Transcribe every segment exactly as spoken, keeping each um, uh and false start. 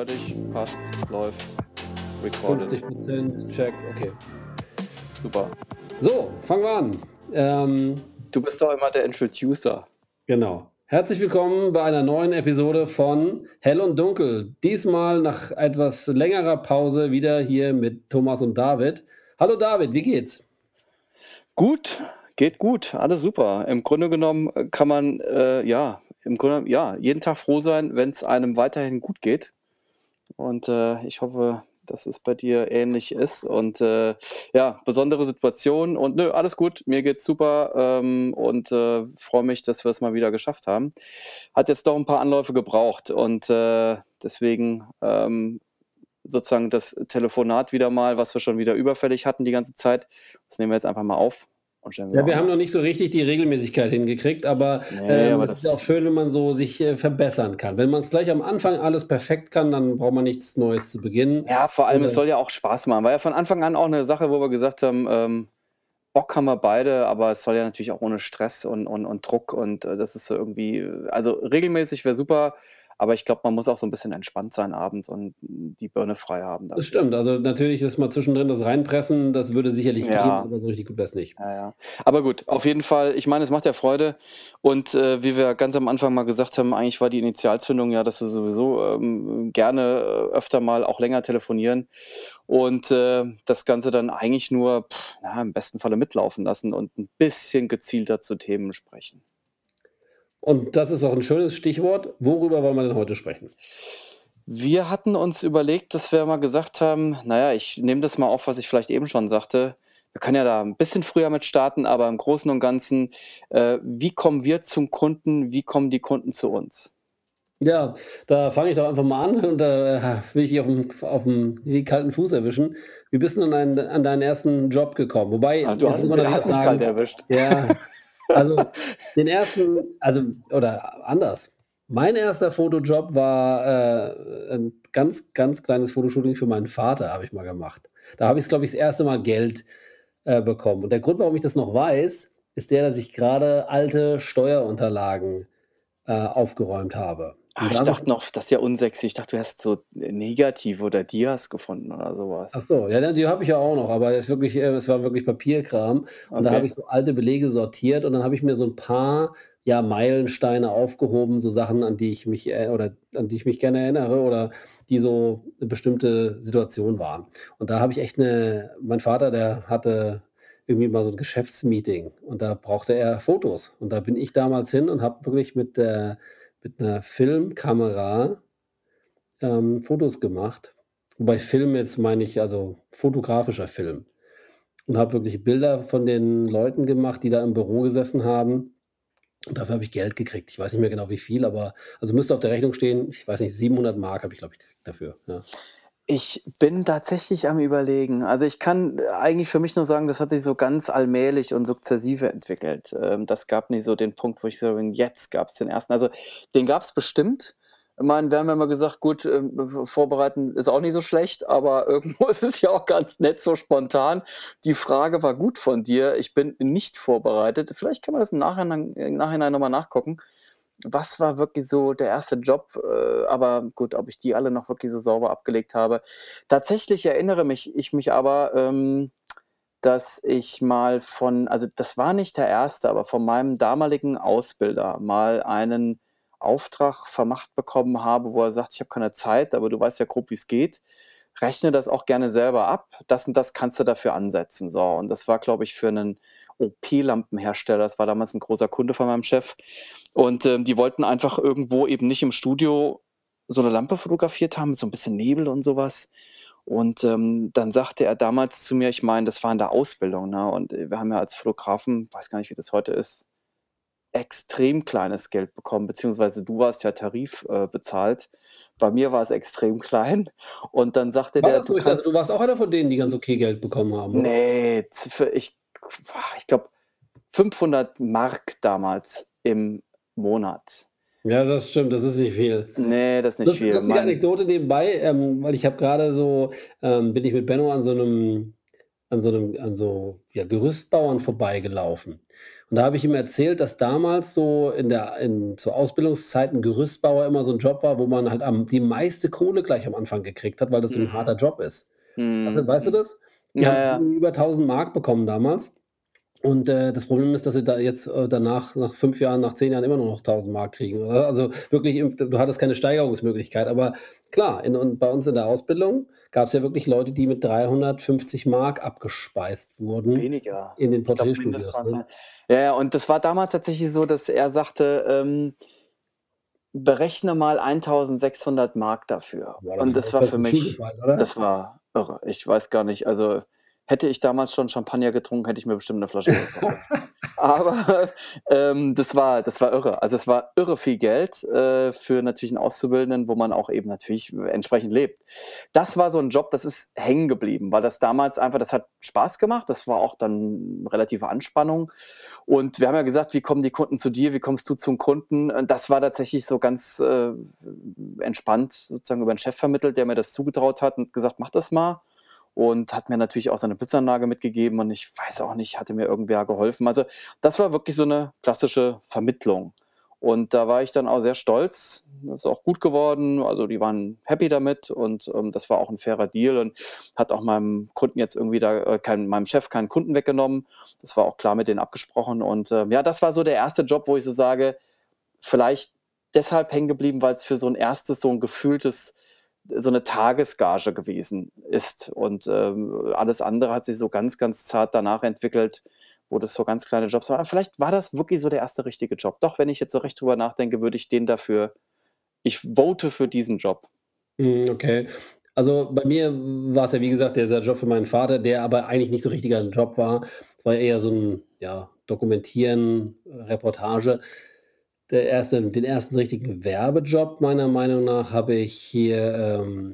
höre dich, passt, läuft, recorded. fünfzig Prozent, check, okay. Super. So, fangen wir an. Ähm, Du bist doch immer der Introducer. genau. Herzlich willkommen bei einer neuen Episode von Hell und Dunkel. Diesmal nach etwas längerer Pause wieder hier mit Thomas und David. Hallo David, wie geht's? Gut, geht gut, alles super. Im Grunde genommen äh, kann man, äh, ja, im Grunde, ja, jeden Tag froh sein, wenn es einem weiterhin gut geht. Und äh, ich hoffe, dass es bei dir ähnlich ist. Und äh, ja, besondere Situation. Und nö, alles gut, mir geht's super ähm, und äh, freue mich, dass wir es mal wieder geschafft haben. Hat jetzt doch ein paar Anläufe gebraucht und äh, deswegen ähm, sozusagen das Telefonat wieder mal, was wir schon wieder überfällig hatten die ganze Zeit. Das nehmen wir jetzt einfach mal auf und stellen Ja, wir wir haben online. noch nicht so richtig die Regelmäßigkeit hingekriegt, aber Nee, ähm, aber es ist ja auch das, schön, wenn man so sich äh, verbessern kann. Wenn man gleich am Anfang alles perfekt kann, dann braucht man nichts Neues zu beginnen. ja, vor allem, es Oder soll ja auch Spaß machen. War ja von Anfang an auch eine Sache, wo wir gesagt haben, ähm, Bock haben wir beide, aber es soll ja natürlich auch ohne Stress und, und, und Druck und äh, das ist so irgendwie, äh, also regelmäßig wäre super, aber ich glaube, man muss auch so ein bisschen entspannt sein abends und die Birne frei haben das dafür. stimmt. Also natürlich ist mal zwischendrin das Reinpressen, das würde sicherlich gehen, Ja, aber so richtig gut wär's nicht. ja, ja. Aber gut, auf jeden Fall, ich meine, es macht ja Freude und äh, wie wir ganz am Anfang mal gesagt haben, eigentlich war die Initialzündung ja, dass wir sowieso ähm, gerne äh, öfter mal auch länger telefonieren und äh, das Ganze dann eigentlich nur, pff, na, im besten Falle mitlaufen lassen und ein bisschen gezielter zu Themen sprechen. Und das ist auch ein schönes Stichwort. Worüber wollen wir denn heute sprechen? Wir hatten uns überlegt, dass wir mal gesagt haben, naja, ich nehme das mal auf, was ich vielleicht eben schon sagte. Wir können ja da ein bisschen früher mit starten, aber im Großen und Ganzen, äh, wie kommen wir zum Kunden? Wie kommen die Kunden zu uns? Ja, da fange ich doch einfach mal an und da äh, will ich dich auf dem auf dem wie kalten Fuß erwischen. Wie bist du denn an deinen an deinen ersten Job gekommen? Wobei, Ah, du jetzt muss hast man mi natürlich hast mich kalt sagen, erwischt. ja, also den ersten also oder anders. Mein erster Fotojob war, äh, 'n ganz, ganz kleines Fotoshooting für meinen Vater habe ich mal gemacht. Da habe ich, glaube ich, das erste Mal Geld, äh, bekommen. Und der Grund, warum ich das noch weiß, ist der, dass ich gerade alte Steuerunterlagen, äh, aufgeräumt habe. Und Ah, da ich habe ich dachte noch, das ist ja unsexy. Ich dachte, du hättest so Negative oder Dias gefunden oder ach sowas. so, ja, ne, die habe ich ja auch noch, aber ist wirklich äh, es war wirklich Papierkram und da habe Okay. ich so alte Belege sortiert und dann habe ich mir so 'n paar, ja, Meilensteine aufgehoben, so Sachen, an die ich mich äh, oder an die ich mich gerne erinnere oder die so 'ne bestimmte Situation waren. Und da habe ich echt 'ne mein Vater, der hatte irgendwie mal so 'n Geschäftsmeeting und da brauchte er Fotos. Und da bin ich damals hin und habe wirklich mit der mit 'ner Filmkamera ähm, Fotos gemacht. Wobei Film jetzt meine ich also fotografischer Film. Und habe wirklich Bilder von den Leuten gemacht, die da im Büro gesessen haben. Und dafür habe ich Geld gekriegt. Ich weiß nicht mehr genau wie viel, aber also müsste auf der Rechnung stehen, ich weiß nicht, siebenhundert Mark habe ich, glaube ich, gekriegt dafür, ja. Ich bin tatsächlich am Überlegen. Also, ich kann äh, eigentlich für mich nur sagen, das hat sich so ganz allmählich und sukzessive entwickelt. Ähm, das gab nie so den Punkt, wo ich so bin: „Jetzt gab's den ersten.“ Also, den gab's bestimmt. Ich meine, wir haben ja immer gesagt: „Gut, ähm, vorbereiten ist auch nicht so schlecht“, aber irgendwo ist es ja auch ganz nett so spontan. Die Frage war gut von dir. Ich bin nicht vorbereitet. Vielleicht kann man das im Nachhinein im Nachhinein noch mal nachgucken. Was war wirklich so der erste Job? Äh, aber gut, ob ich die alle noch wirklich so sauber abgelegt habe. Tatsächlich erinnere mich ich mich aber, ähm, dass ich mal von also, das war nicht der erste, aber von meinem damaligen Ausbilder mal einen Auftrag vermacht bekommen habe, wo er sagt: „Ich habe keine Zeit, aber du weißt ja grob, wie es geht. Rechne das auch gerne selber ab. Das und das kannst du dafür ansetzen.“ So, und das war, glaube ich, für einen O P-Lampenhersteller. Das war damals ein großer Kunde von meinem Chef. Und, ähm, die wollten einfach irgendwo eben nicht im Studio so 'ne Lampe fotografiert haben mit so 'n bisschen Nebel und so was. Und, ähm, dann sagte er damals zu mir ich meine, das war in der Ausbildung, ne, und, äh, wir haben ja als Fotografen, weiß gar nicht, wie das heute ist, extrem kleines Geld bekommen, beziehungsweise du warst ja Tarif äh, bezahlt. Bei mir war es extrem klein und dann sagte War der: das „Du so? Ich dachte, du kannst“ warst auch einer von denen, die ganz okay Geld bekommen haben, oder? ne, z für ich ich glaube, fünfhundert Mark damals im Monat. Ja, das stimmt, das ist nicht viel. Ne, das ist nicht Lust viel. lustige Mein Anekdote nebenbei, ähm, weil ich habe grade so ähm, bin ich mit Benno an so 'nem an so 'nem an so, ja, Gerüstbauern vorbeigelaufen. Und da habe ich ihm erzählt, dass damals so in der in zu Ausbildungszeiten Gerüstbauer immer so 'n Job war, wo man halt am die meiste Kohle gleich am Anfang gekriegt hat, weil das so 'n Mhm. harter Job ist. Weißt du Mhm, weißt du mhm. das? Die Ja, haben ja. über tausend Mark bekommen damals. Und, äh, das Problem ist, dass sie da jetzt, äh, danach nach fünf Jahren, nach zehn Jahren immer nur noch tausend Mark kriegen. A also wirklich im du hattest keine Steigerungsmöglichkeit. Aber klar, in und bei uns in der Ausbildung gab's ja wirklich Leute, die mit dreihundertfünfzig Mark abgespeist wurden Weniger. in den Ich glaube, Mindest Porträtstudios, waren's ne? ja ja, ja, und das war damals tatsächlich so, dass er sagte, ähm: „Berechne mal eintausendsechshundert Mark dafür.“ Boah, da Und bist du das aber war fast für vom Stuhl mich gefallen, oder? das war irre. Ich weiß gar nicht, also, hätte ich damals schon Champagner getrunken, hätte ich mir bestimmt 'ne Flasche gekauft. Aber, ähm, das war das war irre. Also, es war irre viel Geld, äh, für natürlich 'n Auszubildenden, wo man auch eben natürlich entsprechend lebt. Das war so 'n Job, das ist hängen geblieben, weil das damals einfach das hat Spaß gemacht. Das war auch dann relative Anspannung. Und wir haben ja gesagt: „Wie kommen die Kunden zu dir? Wie kommst du zum Kunden?“ Äh, das war tatsächlich so ganz, äh, entspannt sozusagen über 'n Chef vermittelt, der mir das zugetraut hat und gesagt: „Mach das mal.“ Und hat mir natürlich auch seine Blitzanlage mitgegeben und ich weiß auch nicht, hatte mir irgendwer geholfen. Also, das war wirklich so 'ne klassische Vermittlung. Und da war ich dann auch sehr stolz. Das ist auch gut geworden. Also, die waren happy damit und, ähm, das war auch 'n fairer Deal und hat auch meinem Kunden jetzt irgendwie da äh, keinen meinem Chef keinen Kunden weggenommen. Das war auch klar mit denen abgesprochen und, ähm, ja, das war so der erste Job, wo ich so sage, vielleicht deshalb hängen geblieben, weil's für so 'n erstes so 'n gefühltes so 'ne Tagesgage gewesen ist. Und, ähm, alles andere hat sich so ganz, ganz zart danach entwickelt, wo das so ganz kleine Jobs waren. Vielleicht war das wirklich so der erste richtige Job. Doch, wenn ich jetzt so recht drüber nachdenke, würde ich den dafür ich vote für diesen Job. Mhm, okay. Also, bei mir war's ja, wie gesagt, dieser Job für meinen Vater, der aber eigentlich nicht so richtiger 'n Job war. Es war eher so 'n, ja, Dokumentieren, Reportage. Der erste den ersten richtigen Werbejob meiner Meinung nach habe ich hier, ähm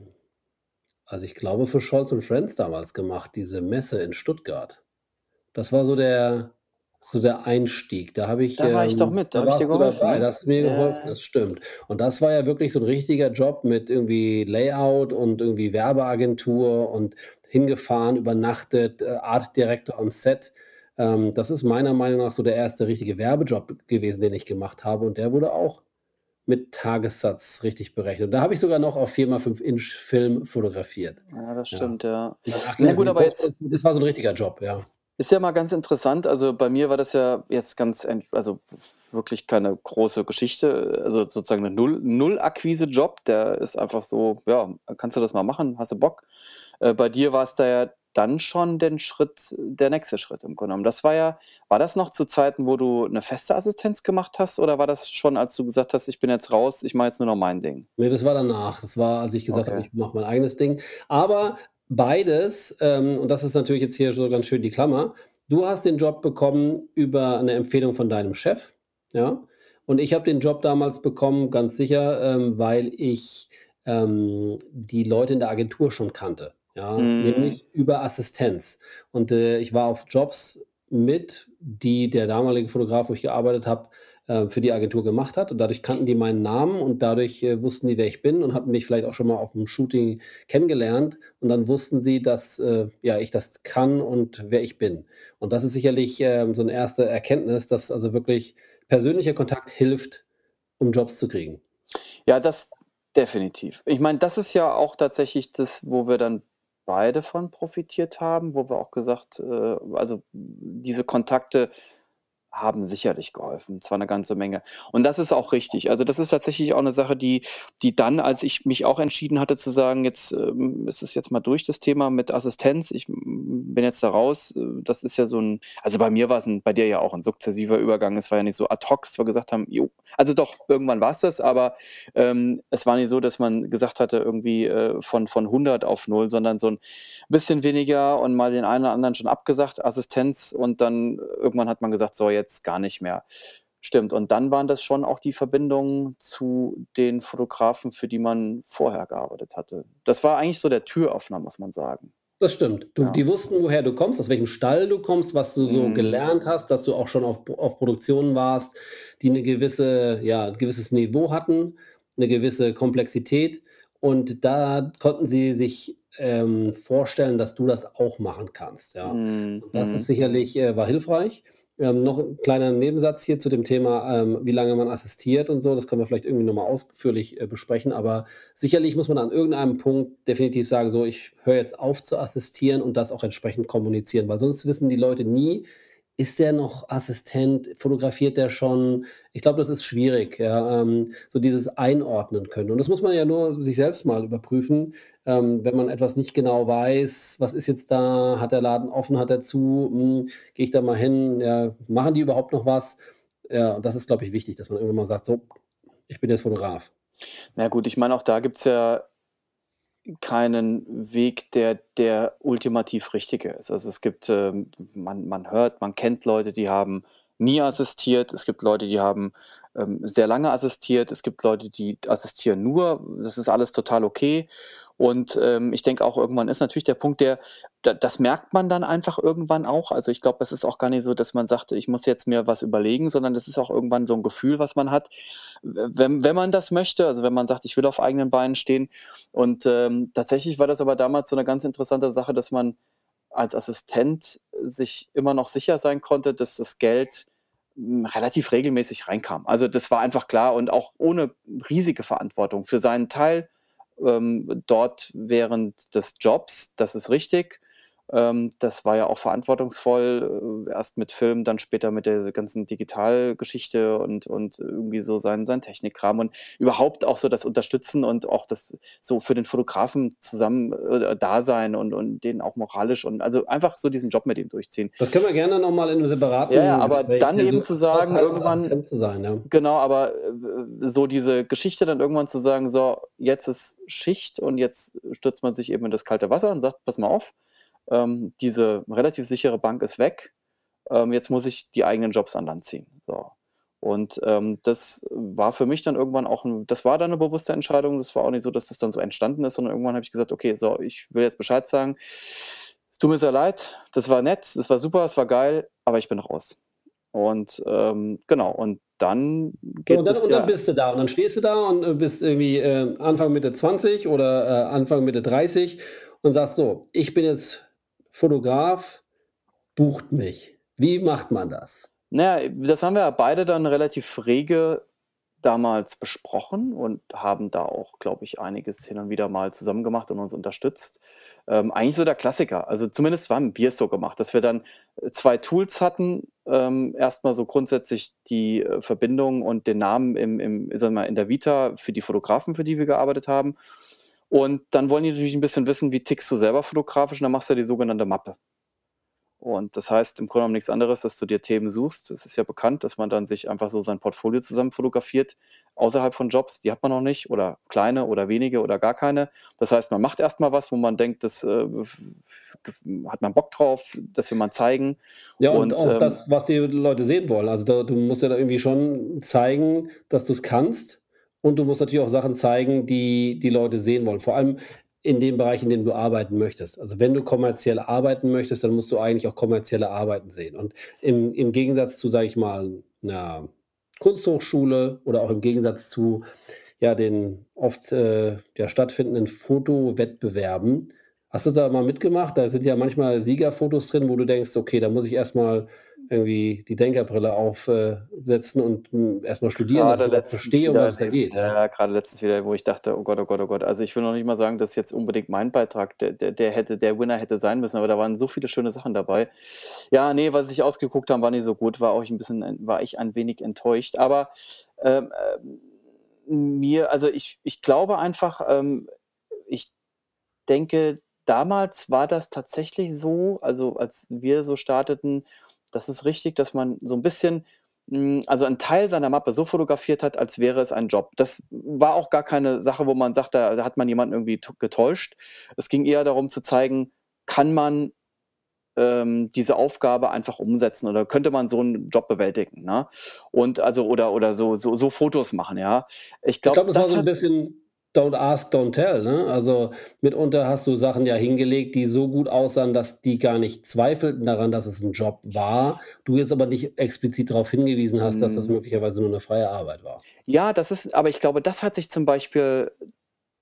also, ich glaube, für Scholz und Friends damals gemacht, diese Messe in Stuttgart. Das war so der so der Einstieg. Da habe ich, Da war ich doch ähm mit, da da habe ich dir warst du geholfen, dabei, ne? da hast du mir geholfen, Ja. das stimmt. Und das war ja wirklich so 'n richtiger Job mit irgendwie Layout und irgendwie Werbeagentur und hingefahren, übernachtet, äh, Artdirektor am Set. Ähm, das ist meiner Meinung nach so der erste richtige Werbejob gewesen, den ich gemacht habe und der wurde auch mit Tagessatz richtig berechnet. Da habe ich sogar noch auf vier mal fünf Inch Film fotografiert. Ja, das Ja. stimmt, ja. Und danach ging Na das in gut, die aber jetzt Postproduktion. Das ist war so 'n richtiger Job, ja. ist ja mal ganz interessant. Also, bei mir war das ja jetzt ganz ent also, w wirklich keine große Geschichte, also, sozusagen 'ne Null Null-Akquise-Job. Der ist einfach so: „Ja, kannst du das mal machen? Hast du Bock?“ Äh, bei dir war's da ja dann schon den Schritt der nächste Schritt im Grunde genommen. Das war ja war das noch zu Zeiten, wo du 'ne feste Assistenz gemacht hast oder war das schon, als du gesagt hast: „Ich bin jetzt raus, ich mache jetzt nur noch mein Ding?“ Ne, das war danach. Das war, als ich gesagt habe: Okay. „Ich mache mein eigenes Ding.“ Aber beides, ähm, und das ist natürlich jetzt hier so ganz schön die Klammer: Du hast den Job bekommen über 'ne Empfehlung von deinem Chef, ja? Und ich habe den Job damals bekommen, ganz sicher, ähm, weil ich, ähm, die Leute in der Agentur schon kannte, ja, Mhm. nämlich über Assistenz. Und, äh, ich war auf Jobs mit, die der damalige Fotograf, wo ich gearbeitet habe, äh, für die Agentur gemacht hat und dadurch kannten die meinen Namen und dadurch, äh, wussten die, wer ich bin und hatten mich vielleicht auch schon mal auf'm Shooting kennengelernt und dann wussten sie, dass, äh, ja, ich das kann und wer ich bin. Und das ist sicherlich, ähm, so 'ne erste Erkenntnis, dass also wirklich persönlicher Kontakt hilft, um Jobs zu kriegen. Ja, das definitiv. Ich meine, das ist ja auch tatsächlich das, wo wir dann beide von profitiert haben, wo wir auch gesagt äh, also, diese Kontakte haben sicherlich geholfen, zwar 'ne ganze Menge. Und das ist auch richtig. Also, das ist tatsächlich auch 'ne Sache, die die dann, als ich mich auch entschieden hatte zu sagen: „Jetzt, ähm, ist es jetzt mal durch das Thema mit Assistenz. Ich, hm, bin jetzt da raus.“ Äh, das ist ja so 'n also, bei mir war's 'n bei dir ja auch 'n sukzessiver Übergang. Es war ja nicht so ad hoc, dass wir gesagt haben: „Jo“ also, doch, irgendwann war's das, aber, ähm, es war nicht so, dass man gesagt hatte irgendwie, äh, von von hundert auf null, sondern so 'n bisschen weniger und mal den einen oder anderen schon abgesagt, Assistenz und dann irgendwann hat man gesagt: „So, jetzt gar nicht mehr.“ Stimmt. Und dann waren das schon auch die Verbindungen zu den Fotografen, für die man vorher gearbeitet hatte. Das war eigentlich so der Türöffner, muss man sagen. Das stimmt. Du Ja. die wussten, woher du kommst, aus welchem Stall du kommst, was du so Mhm. gelernt hast, dass du auch schon auf P auf Produktionen warst, die 'ne gewisse ja, 'n gewisses Niveau hatten, 'ne gewisse Komplexität. Und da konnten sie sich, ähm, vorstellen, dass du das auch machen kannst, ja. Mhm, Und das ist mhm. sicherlich äh, war hilfreich. Ähm, noch 'n kleiner Nebensatz hier zu dem Thema, ähm, wie lange man assistiert und so. Das können wir vielleicht irgendwie noch mal ausführlich, äh, besprechen, aber sicherlich muss man an irgendeinem Punkt definitiv sagen: „So, ich höre jetzt auf zu assistieren“ und das auch entsprechend kommunizieren, weil sonst wissen die Leute nie: Ist der noch Assistent? Fotografiert der schon? Ich glaube, das ist schwierig, ja, ähm, so dieses Einordnen können. Und das muss man ja nur sich selbst mal überprüfen, ähm, wenn man etwas nicht genau weiß: „Was ist jetzt da? Hat der Laden offen? Hat er zu? Hm, gehe ich da mal hin? Ja, machen die überhaupt noch was?“ Ja, und das ist, glaube ich, wichtig, dass man irgendwann mal sagt: „So, ich bin jetzt Fotograf.“ Na gut, ich meine, auch da gibt's ja keinen Weg, der der ultimativ richtige ist. Also, es gibt, ähm man man hört, man kennt Leute, die haben nie assistiert. Es gibt Leute, die haben, ähm, sehr lange assistiert. Es gibt Leute, die assistieren nur. Das ist alles total okay. Und, ähm, ich denke auch, irgendwann ist natürlich der Punkt, der da das merkt man dann einfach irgendwann auch. Also, ich glaube, es ist auch gar nicht so, dass man sagt: „Ich muss jetzt mir was überlegen“, sondern das ist auch irgendwann so 'n Gefühl, was man hat, w wenn wenn man das möchte, also, wenn man sagt: „Ich will auf eigenen Beinen stehen.“ Und, ähm, tatsächlich war das aber damals so 'ne ganz interessante Sache, dass man als Assistent sich immer noch sicher sein konnte, dass das Geld, hm, relativ regelmäßig reinkam. Also, das war einfach klar und auch ohne riesige Verantwortung für seinen Teil, ähm, dort während des Jobs, das ist richtig. Ähm, das war ja auch verantwortungsvoll, äh, erst mit Film, dann später mit der ganzen Digitalgeschichte und und irgendwie so sein sein Technikkram und überhaupt auch so das Unterstützen und auch das so für den Fotografen zusammen äh, da sein und und den auch moralisch und also, einfach so diesen Job mit ihm durchziehen. Das können wir gerne noch mal in 'nem Ja, ja, separaten aber Gespräch dann eben zu was sagen heißt es, irgendwann Assistent zu sein, ja? genau, aber, äh, w so diese Geschichte dann irgendwann zu sagen: „So, jetzt ist Schicht und jetzt stürzt man sich eben in das kalte Wasser und sagt: ‚Pass mal auf, ähm, diese relativ sichere Bank ist weg. Ähm, jetzt muss ich die eigenen Jobs an Land ziehen.‘“ So. Und, ähm, das war für mich dann irgendwann auch 'n das war dann 'ne bewusste Entscheidung. Das war auch nicht so, dass das dann so entstanden ist, sondern irgendwann habe ich gesagt: „Okay, so, ich will jetzt Bescheid sagen. Es tut mir sehr leid. Das war nett, das war super, es war geil, aber ich bin raus.“ Und, ähm, genau, und dann So, und geht dann es und dann ja bist du da und dann stehst du da und, äh, bist irgendwie, äh, Anfang, Mitte zwanzig oder, äh, Anfang, Mitte dreißig und sagst: „So, ich bin jetzt Fotograf, bucht mich.“ Wie macht man das? Na ja, das haben wir ja beide dann relativ rege damals besprochen und haben da auch, glaube ich, einiges hin und wieder mal zusammen gemacht und uns unterstützt. Ähm, eigentlich so der Klassiker. Also, zumindest haben wir es so gemacht, dass wir dann, äh, zwei Tools hatten. Ähm, erst mal so grundsätzlich die, äh, Verbindung und den Namen im im ich sage mal, in der Vita für die Fotografen, für die wir gearbeitet haben. Und dann wollen die natürlich 'n bisschen wissen, wie tickst du selber fotografisch und dann machst du die sogenannte Mappe. Und das heißt im Grunde genommen nix anderes, dass du dir Themen suchst. Es ist ja bekannt, dass man dann sich einfach so sein Portfolio zusammen fotografiert außerhalb von Jobs. Die hat man noch nicht oder kleine oder wenige oder gar keine. Das heißt, man macht erst mal was, wo man denkt, das, äh, f f gef hat man Bock drauf, das will man zeigen Ja, und und, auch ähm das, was die Leute sehen wollen. Also, da du musst ja da irgendwie schon zeigen, dass du's kannst und du musst natürlich auch Sachen zeigen, die die Leute sehen wollen, vor allem in dem Bereich, in dem du arbeiten möchtest. Also, wenn du kommerziell arbeiten möchtest, dann musst du eigentlich auch kommerzielle Arbeiten sehen. Und im im Gegensatz zu, sage ich mal, 'ner Kunsthochschule oder auch im Gegensatz zu, ja, den oft, äh, ja, stattfindenden Fotowettbewerben hast du da mal mitgemacht? Da sind ja manchmal Siegerfotos drin, wo du denkst: „Okay, da muss ich erst mal irgendwie die Denkerbrille auf äh, setzen und, hm, erst mal studieren, dass ich Grade überhaupt letztens verstehe, um wieder was es da erlebt. geht“, Ja, ja? ja, grade letztens wieder, wo ich dachte: „Oh Gott, oh Gott, oh Gott.“ Also, ich will noch nicht mal sagen, dass jetzt unbedingt mein Beitrag der der der hätte der Winner hätte sein müssen, aber da waren so viele schöne Sachen dabei. Ja, ne, was sie sich ausgeguckt haben, war nicht so gut, war auch ich 'n bisschen en war ich ein wenig enttäuscht. Aber, ähm, ähm, mir also, ich ich glaube einfach, ähm, ich denke, damals war das tatsächlich so, also, als wir so starteten, das ist richtig, dass man so 'n bisschen hm, also, 'n Teil seiner Mappe so fotografiert hat, als wäre es ein Job. Das war auch gar keine Sache, wo man sagt, da da hat man jemanden irgendwie t getäuscht. Es ging eher darum zu zeigen, kann man, ähm, diese Aufgabe einfach umsetzen oder könnte man so 'n Job bewältigen, ne? Und also oder oder so so so Fotos machen, ja? Ich Ich glaube, glaube, das war das so 'n hat bisschen don't ask, don't tell, ne? Also, mitunter hast du Sachen ja hingelegt, die so gut aussahen, dass die gar nicht zweifelten daran, dass es 'n Job war. Du jetzt aber nicht explizit darauf hingewiesen hast, dass das Mhm. möglicherweise nur 'ne freie Arbeit war. Ja, das ist aber ich glaube, das hat sich zum Beispiel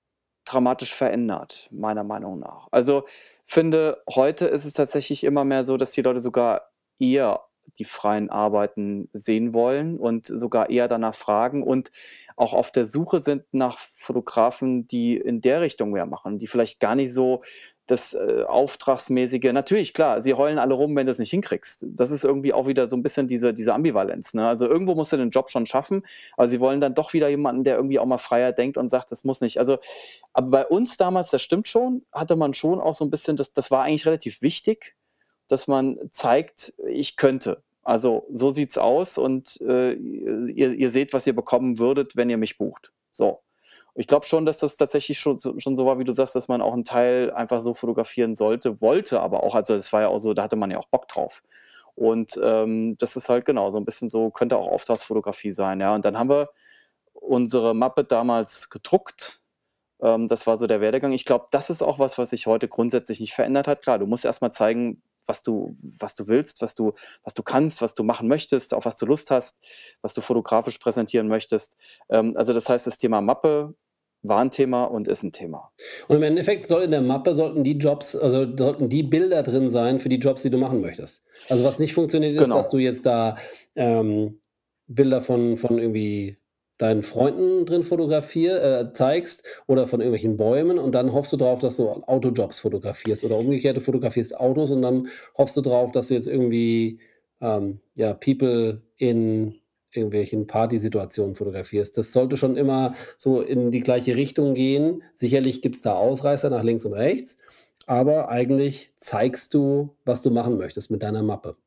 dramatisch verändert, meiner Meinung nach. Also, finde, heute ist es tatsächlich immer mehr so, dass die Leute sogar eher die freien Arbeiten sehen wollen und sogar eher danach fragen und auch auf der Suche sind nach Fotografen, die in der Richtung mehr machen, die vielleicht gar nicht so das, äh, Auftragsmäßige natürlich, klar, sie heulen alle rum, wenn du's nicht hinkriegst. Das ist irgendwie auch wieder so 'n bisschen diese diese Ambivalenz, ne? Also, irgendwo musst du den Job schon schaffen, aber sie wollen dann doch wieder jemanden, der irgendwie auch mal freier denkt und sagt: „Das muss nicht“, also aber bei uns damals, das stimmt schon, hatte man schon auch so 'n bisschen das das war eigentlich relativ wichtig, dass man zeigt: „Ich könnte.“ Also, so sieht's aus und, äh, ihr ihr seht, was ihr bekommen würdet, wenn ihr mich bucht. So. Ich glaube schon, dass das tatsächlich schon so schon so war, wie du sagst, dass man auch 'n Teil einfach so fotografieren sollte, wollte aber auch. Also, es war ja auch so, da hatte man ja auch Bock drauf. Und, ähm, das ist halt genau, so 'n bisschen so könnte auch Auftragsfotografie sein, ja. Und dann haben wir unsere Mappe damals gedruckt. Ähm, das war so der Werdegang. Ich glaube, das ist auch was, was sich heute grundsätzlich nicht verändert hat. Klar, du musst erst mal zeigen, was du was du willst, was du was du kannst, was du machen möchtest, auf was du Lust hast, was du fotografisch präsentieren möchtest. Ähm, also, das heißt, das Thema Mappe war 'n Thema und ist 'n Thema. Und im Endeffekt soll in der Mappe sollten die Jobs also, sollten die Bilder drin sein für die Jobs, die du machen möchtest. Also, was nicht funktioniert, ist, dass Genau. du jetzt da, ähm, Bilder von von irgendwie deinen Freunden drin fotografier äh, zeigst oder von irgendwelchen Bäumen und dann hoffst du drauf, dass du Autojobs fotografierst oder umgekehrt, du fotografierst Autos und dann hoffst du drauf, dass du jetzt irgendwie, ähm, ja, People in irgendwelchen Partysituationen fotografierst. Das sollte schon immer so in die gleiche Richtung gehen. Sicherlich gibt's da Ausreißer nach links und rechts, aber eigentlich zeigst du, was du machen möchtest mit deiner Mappe.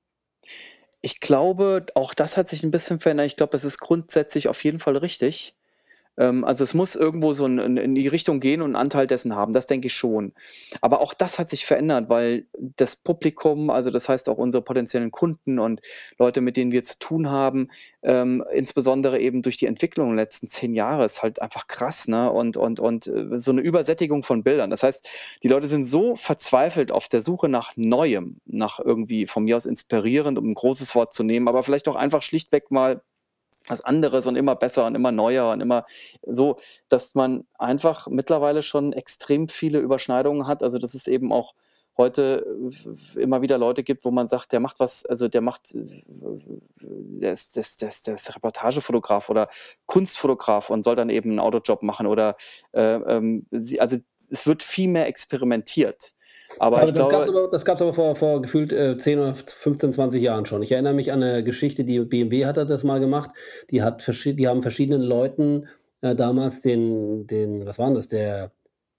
Ich glaube, auch das hat sich 'n bisschen verändert. Ich glaube, es ist grundsätzlich auf jeden Fall richtig. Ähm, also, es muss irgendwo so 'n in in die Richtung gehen und 'n Anteil dessen haben, das denke ich schon. Aber auch das hat sich verändert, weil das Publikum, also, das heißt auch unsere potenziellen Kunden und Leute, mit denen wir zu tun haben, ähm, insbesondere eben durch die Entwicklung in den letzten zehn Jahre ist halt einfach krass, ne? Und und und, äh, so 'ne Übersättigung von Bildern. Das heißt, die Leute sind so verzweifelt auf der Suche nach Neuem, nach irgendwie von mir aus inspirierend, um 'n großes Wort zu nehmen, aber vielleicht auch einfach schlichtweg mal was anderes und immer besser und immer neuer und immer so, dass man einfach mittlerweile schon extrem viele Überschneidungen hat. Also, dass es eben auch heute w w immer wieder Leute gibt, wo man sagt, der macht was also, der macht w w der ist der ist der ist der ist Reportagefotograf oder Kunstfotograf und soll dann eben 'n Autojob machen oder, äh, ähm, sie also, es wird viel mehr experimentiert. Aber Aber ich das gab's glaube aber das gab's aber vor vor gefühlt, äh, zehn oder f fünfzehn, zwanzig Jahren schon. Ich erinnere mich an 'ne Geschichte, die BMW hatte das mal gemacht. Die hat verschie die haben verschiedenen Leuten, äh, damals den den was war 'n das, der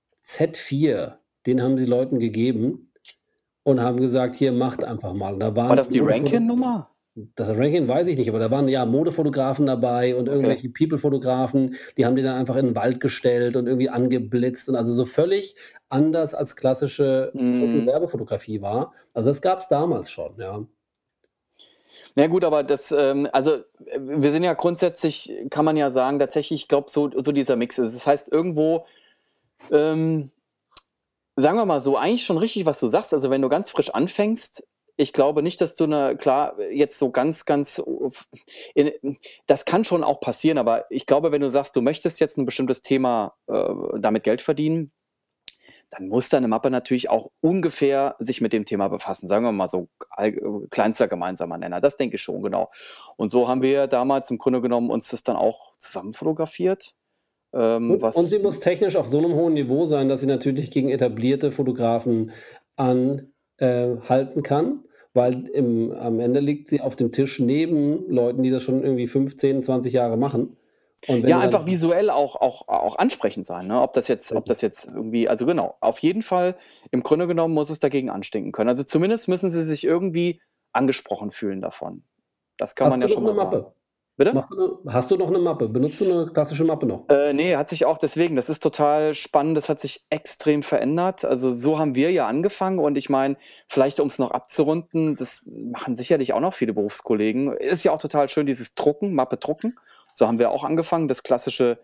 Z4, den haben sie Leuten gegeben und haben gesagt: „Hier, macht einfach mal.“ Und da War waren das die Modefoto Rankin-Nummer? das Rankin weiß ich nicht, aber da waren, ja, Modefotografen dabei und Okay. irgendwelche People-Fotografen, die haben die dann einfach in 'n Wald gestellt und irgendwie angeblitzt und also, so völlig anders als klassische Foto Mhm. Werbefotografie war. Also, das gab's damals schon, ja. Na ja gut, aber das, ähm also, äh, wir sind ja grundsätzlich kann man ja sagen, tatsächlich, ich glaube, so so dieser Mix ist es. Das heißt irgendwo, ähm, sagen wir mal so, eigentlich schon richtig, was du sagst. Also, wenn du ganz frisch anfängst, ich glaube nicht, dass du 'ne klar, jetzt so ganz, ganz f in das kann schon auch passieren, aber ich glaube, wenn du sagst, du möchtest jetzt 'n bestimmtes Thema, äh, damit Geld verdienen, dann muss deine Mappe natürlich auch ungefähr sich mit dem Thema befassen. Sagen wir mal so all äh, kleinster gemeinsamer Nenner. Das denke ich schon, genau. Und so haben wir damals im Grunde genommen uns das dann auch zusammen fotografiert, ähm, Und und was sie muss technisch auf so 'nem hohen Niveau sein, dass sie natürlich gegen etablierte Fotografen an äh, halten kann, weil im am Ende liegt sie auf dem Tisch neben Leuten, die das schon irgendwie fünfzehn, zwanzig Jahre machen. Und wenn Ja, du einfach dann visuell auch auch auch ansprechend sein, ne? Ob das jetzt ob Richtig. das jetzt irgendwie also, genau. Auf jeden Fall, im Grunde genommen muss es dagegen anstinken können. Also, zumindest müssen sie sich irgendwie angesprochen fühlen davon. Das kann man Hast ja du noch schon 'ne mal sagen. Mappe? Bitte? Machst du 'ne hast du noch 'ne Mappe? Benutzt du 'ne klassische Mappe noch? Äh, ne, hat sich auch deswegen, das ist total spannend, das hat sich extrem verändert. Also, so haben wir ja angefangen und ich meine, vielleicht um's noch abzurunden, das machen sicherlich auch noch viele Berufskollegen. Ist ja auch total schön, dieses Drucken, Mappe drucken. So haben wir auch angefangen, das klassische,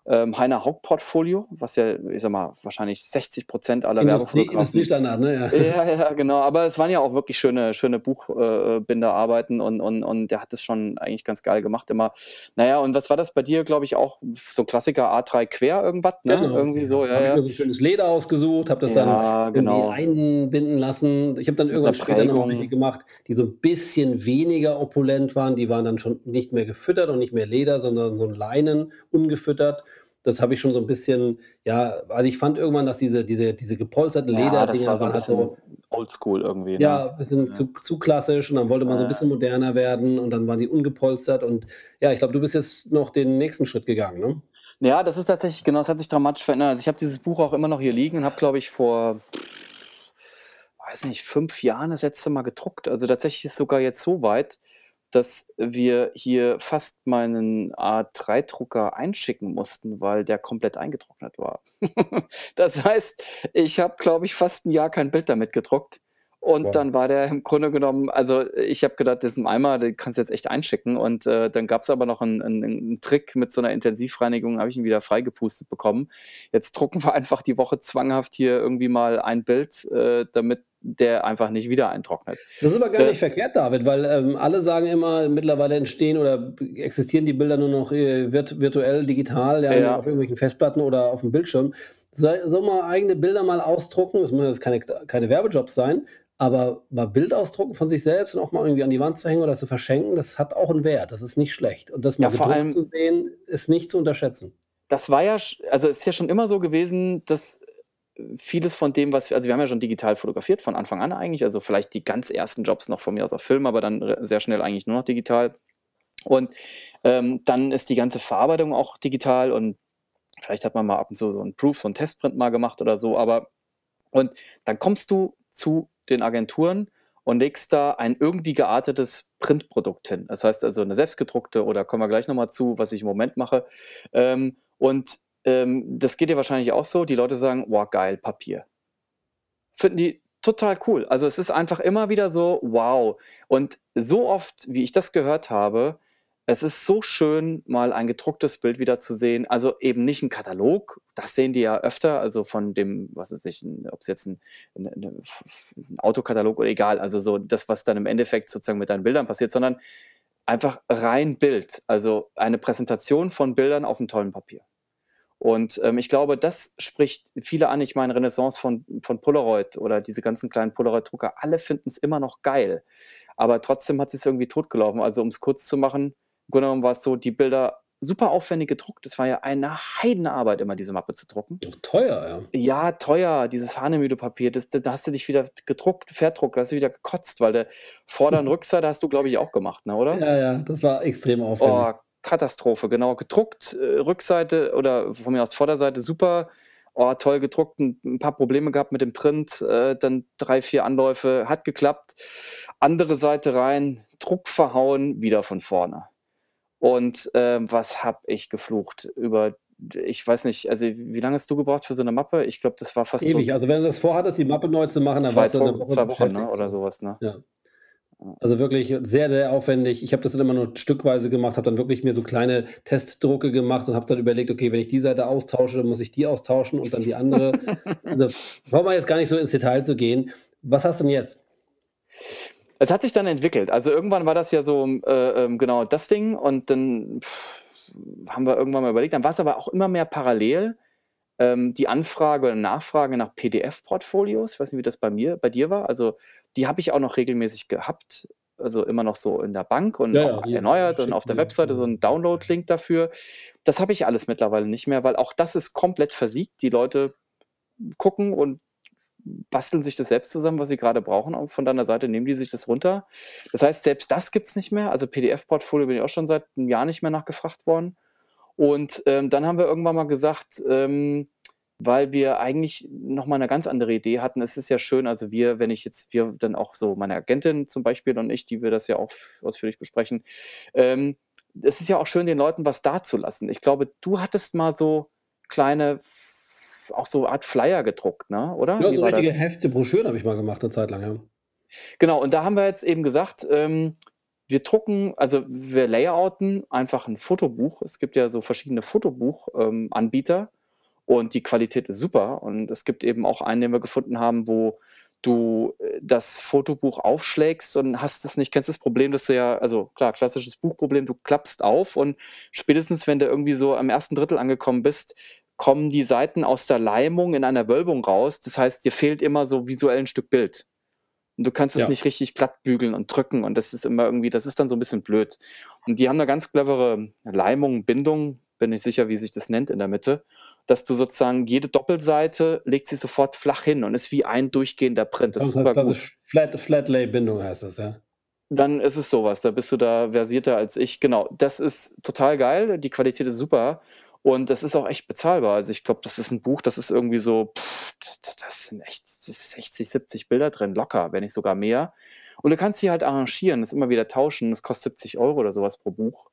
ähm, Heiner-Haupt-Portfolio, was ja, ich sage mal, wahrscheinlich sechzig Prozent aller Industrie Werbefotografen Industriestandard, ne? Ja. ja, ja, genau. Aber es waren ja auch wirklich schöne schöne Buchbinderarbeiten äh, Binderarbeiten und und und der hat das schon eigentlich ganz geil gemacht immer. Na ja, und was war das bei dir, glaube ich, auch so 'n Klassiker A drei quer irgendwas, ne? Genau, Irgendwie richtig, ja. so, ja, Habe ich mir ja. so 'n schönes Leder ausgesucht, habe das dann Ja, irgendwie genau. einbinden lassen. Ich habe dann Mit 'ner irgendwann später noch mal welche Prägung. gemacht, die so 'n bisschen weniger opulent waren. Die waren dann schon nicht mehr gefüttert und nicht mehr Leder, sondern so 'n Leinen, ungefüttert. Das habe ich schon so 'n bisschen ja, also, ich fand irgendwann, dass diese diese diese gepolsterten Ja, das war Lederdinger so 'n waren halt so bisschen oldschool irgendwie, ne? ja, bisschen Ja. zu zu klassisch und dann wollte man so 'n Ja. bisschen moderner werden und dann waren die ungepolstert und ja, ich glaube, du bist jetzt noch den nächsten Schritt gegangen, ne? Ja, das ist tatsächlich genau, es hat sich dramatisch verändert. Also, ich habe dieses Buch auch immer noch hier liegen und habe, glaube ich, vor weiß nicht, fünf Jahren das letzte Mal gedruckt. Also, tatsächlich ist sogar jetzt so weit, dass wir hier fast meinen A drei Drucker einschicken mussten, weil der komplett eingetrocknet war. Das heißt, ich habe, glaube ich, fast 'n Jahr kein Bild damit gedruckt und Wow. dann war der im Grunde genommen also, ich habe gedacht: „Das ist 'n Eimer, den kannst du jetzt echt einschicken." Und, äh, dann gab's aber noch 'n 'n 'n Trick mit so 'ner Intensivreinigung, habe ich ihn wieder freigepustet bekommen. Jetzt drucken wir einfach die Woche zwanghaft hier irgendwie mal ein Bild, äh, damit der einfach nicht wieder eintrocknet. Das ist aber gar Äh nicht verkehrt, David, weil, ähm, alle sagen immer, mittlerweile entstehen oder b existieren die Bilder nur noch, äh, virt virtuell, digital, ja, Ja. auf irgendwelchen Festplatten oder aufm Bildschirm. Soll soll man eigene Bilder mal ausdrucken? Das müssen jetzt keine keine Werbejobs sein, aber mal Bild ausdrucken von sich selbst und auch mal irgendwie an die Wand zu hängen oder zu verschenken, das hat auch 'n Wert. Das ist nicht schlecht. Und das mal Ja, vor gedruckt allem zu sehen, ist nicht zu unterschätzen. das war ja sch also, es ist ja schon immer so gewesen, dass, äh, vieles von dem, was wir also, wir haben ja schon digital fotografiert von Anfang an eigentlich, also, vielleicht die ganz ersten Jobs noch von mir aus auf Film, aber dann, äh, sehr schnell eigentlich nur noch digital. Und, ähm, dann ist die ganze Verarbeitung auch digital und vielleicht hat man mal ab und zu so 'n Proof, so 'n Testprint mal gemacht oder so, aber und dann kommst du zu den Agenturen und legst da ein irgendwie geartetes Printprodukt hin. Das heißt also 'ne selbstgedruckte oder kommen wir gleich noch mal zu, was ich im Moment mache. Ähm, und, ähm, das geht dir wahrscheinlich auch so, die Leute sagen: „Wow, geil, Papier." Finden die total cool. Also, es ist einfach immer wieder so: „Wow." Und so oft, wie ich das gehört habe: „Es ist so schön, mal ein gedrucktes Bild wieder zu sehen." Also, eben nicht 'n Katalog, das sehen die ja öfter, also, von dem, was weiß ich, 'n ob's jetzt 'n 'ne 'ne F F 'n Autokatalog oder egal, also, so das, was dann im Endeffekt sozusagen mit deinen Bildern passiert, sondern einfach rein Bild, also, eine Präsentation von Bildern auf'm tollen Papier. Und, ähm, ich glaube, das spricht viele an. Ich meine, Renaissance von von Polaroid oder diese ganzen kleinen Polaroid-Drucker, alle finden's immer noch geil. Aber trotzdem hat sich's irgendwie totgelaufen. Also, um's kurz zu machen, im Grunde genommen war's so, die Bilder super aufwendig gedruckt. Das war ja eine Heidenarbeit, immer diese Mappe zu drucken. Auch teuer, ja. Ja, teuer, dieses Hanemüde-Papier, das da hast du dich wieder gedruckt, verdruckt, da hast du wieder gekotzt, weil der Vorder' und Rückseite hast du, glaube ich, auch gemacht, ne, oder? Ja, ja, das war extrem aufwendig. Oh, Katastrophe, genau. Gedruckt, äh, Rückseite oder von mir aus Vorderseite super, oh, toll gedruckt, 'n 'n paar Probleme gehabt mit dem Print, äh, dann drei, vier Anläufe, hat geklappt. Andere Seite rein, Druck verhauen, wieder von vorne. Und, ähm, was habe ich geflucht über d ich weiß nicht, also, wie lange hast du gebraucht für so 'ne Mappe? Ich glaube, das war fast so Ewig. Also, wenn du das vorhattest, die Mappe neu zu machen, dann zwei warst du 'ne Dro Woche zwei Wochen, ne, beschäftigt, oder also, so was, ne? ja. Ja. Also, wirklich sehr, sehr aufwendig. Ich habe das dann immer nur stückweise gemacht, habe dann wirklich mir so kleine Testdrucke gemacht und habe dann überlegt: „Okay, wenn ich die Seite austausche, dann muss ich die austauschen und dann die andere." Also, brauchen wir jetzt gar nicht so ins Detail zu gehen. Was hast 'n jetzt? Es hat sich dann entwickelt. Also, irgendwann war das ja so, äh, ähm, genau das Ding und dann haben wir irgendwann mal überlegt dann war's aber auch immer mehr parallel, ähm, die Anfrage oder Nachfrage nach P D F-Portfolios. Ich weiß nicht, wie das bei mir bei dir war. Also, die habe ich auch noch regelmäßig gehabt, also, immer noch so in der Bank und Ja, auch ja, die erneuert und auf schicken der wir, Webseite so genau. 'n Download-Link dafür. Das habe ich alles mittlerweile nicht mehr, weil auch das ist komplett versiegt. Die Leute gucken und basteln sich das selbst zusammen, was sie grade brauchen und von deiner Seite nehmen die sich das runter. Das heißt, selbst das gibt's nicht mehr. Also, P D F-Portfolio bin ich auch schon seit 'nem Jahr nicht mehr nach gefragt worden. Und, ähm, dann haben wir irgendwann mal gesagt, ähm, weil wir eigentlich noch mal 'ne ganz andere Idee hatten. Es ist ja schön, also, wir wenn ich jetzt wir dann auch so meine Agentin zum Beispiel und ich, die wir das ja auch f ausführlich besprechen. Ähm, es ist ja auch schön, den Leuten was dazulassen. Ich glaube, du hattest mal so kleine f auch so Art Flyer gedruckt, ne, oder? Ja, Wie so war richtige das? Hefte, Broschüren habe ich mal gemacht 'ne Zeit lang, ja. Genau, und da haben wir jetzt eben gesagt, ähm wir drucken also, wir layouten einfach 'n Fotobuch. Es gibt ja so verschiedene Fotobuch ähm, Anbieter und die Qualität ist super. Und es gibt eben auch einen, den wir gefunden haben, wo du, äh, das Fotobuch aufschlägst und hast es nicht kennst das Problem, dass du ja also klar, klassisches Buchproblem, du klappst auf und spätestens, wenn du irgendwie so am ersten Drittel angekommen bist, kommen die Seiten aus der Leimung in einer Wölbung raus. Das heißt, dir fehlt immer so visuell 'n Stück Bild. Und du kannst es Ja. nicht richtig glatt bügeln und drücken und das ist immer irgendwie das ist dann so 'n bisschen blöd. Und die haben 'ne ganz clevere Leimung, Bindung, bin nicht sicher, wie sich das nennt in der Mitte, dass du sozusagen jede Doppelseite legt sich sofort flach hin und ist wie ein durchgehender Print. Das ist Ganz ganz super gut. klassisch Flat Flat-Lay-Bindung heißt das, ja. Dann ist es so was, da bist du da versierter als ich. Genau, das ist total geil, die Qualität ist super und das ist auch echt bezahlbar. Also, ich glaube, das ist 'n Buch, das ist irgendwie so d d das sind echt sechzig, siebzig Bilder drin, locker, wenn nicht sogar mehr. Und du kannst die halt arrangieren, das immer wieder tauschen. Das kostet siebzig Euro oder so was pro Buch.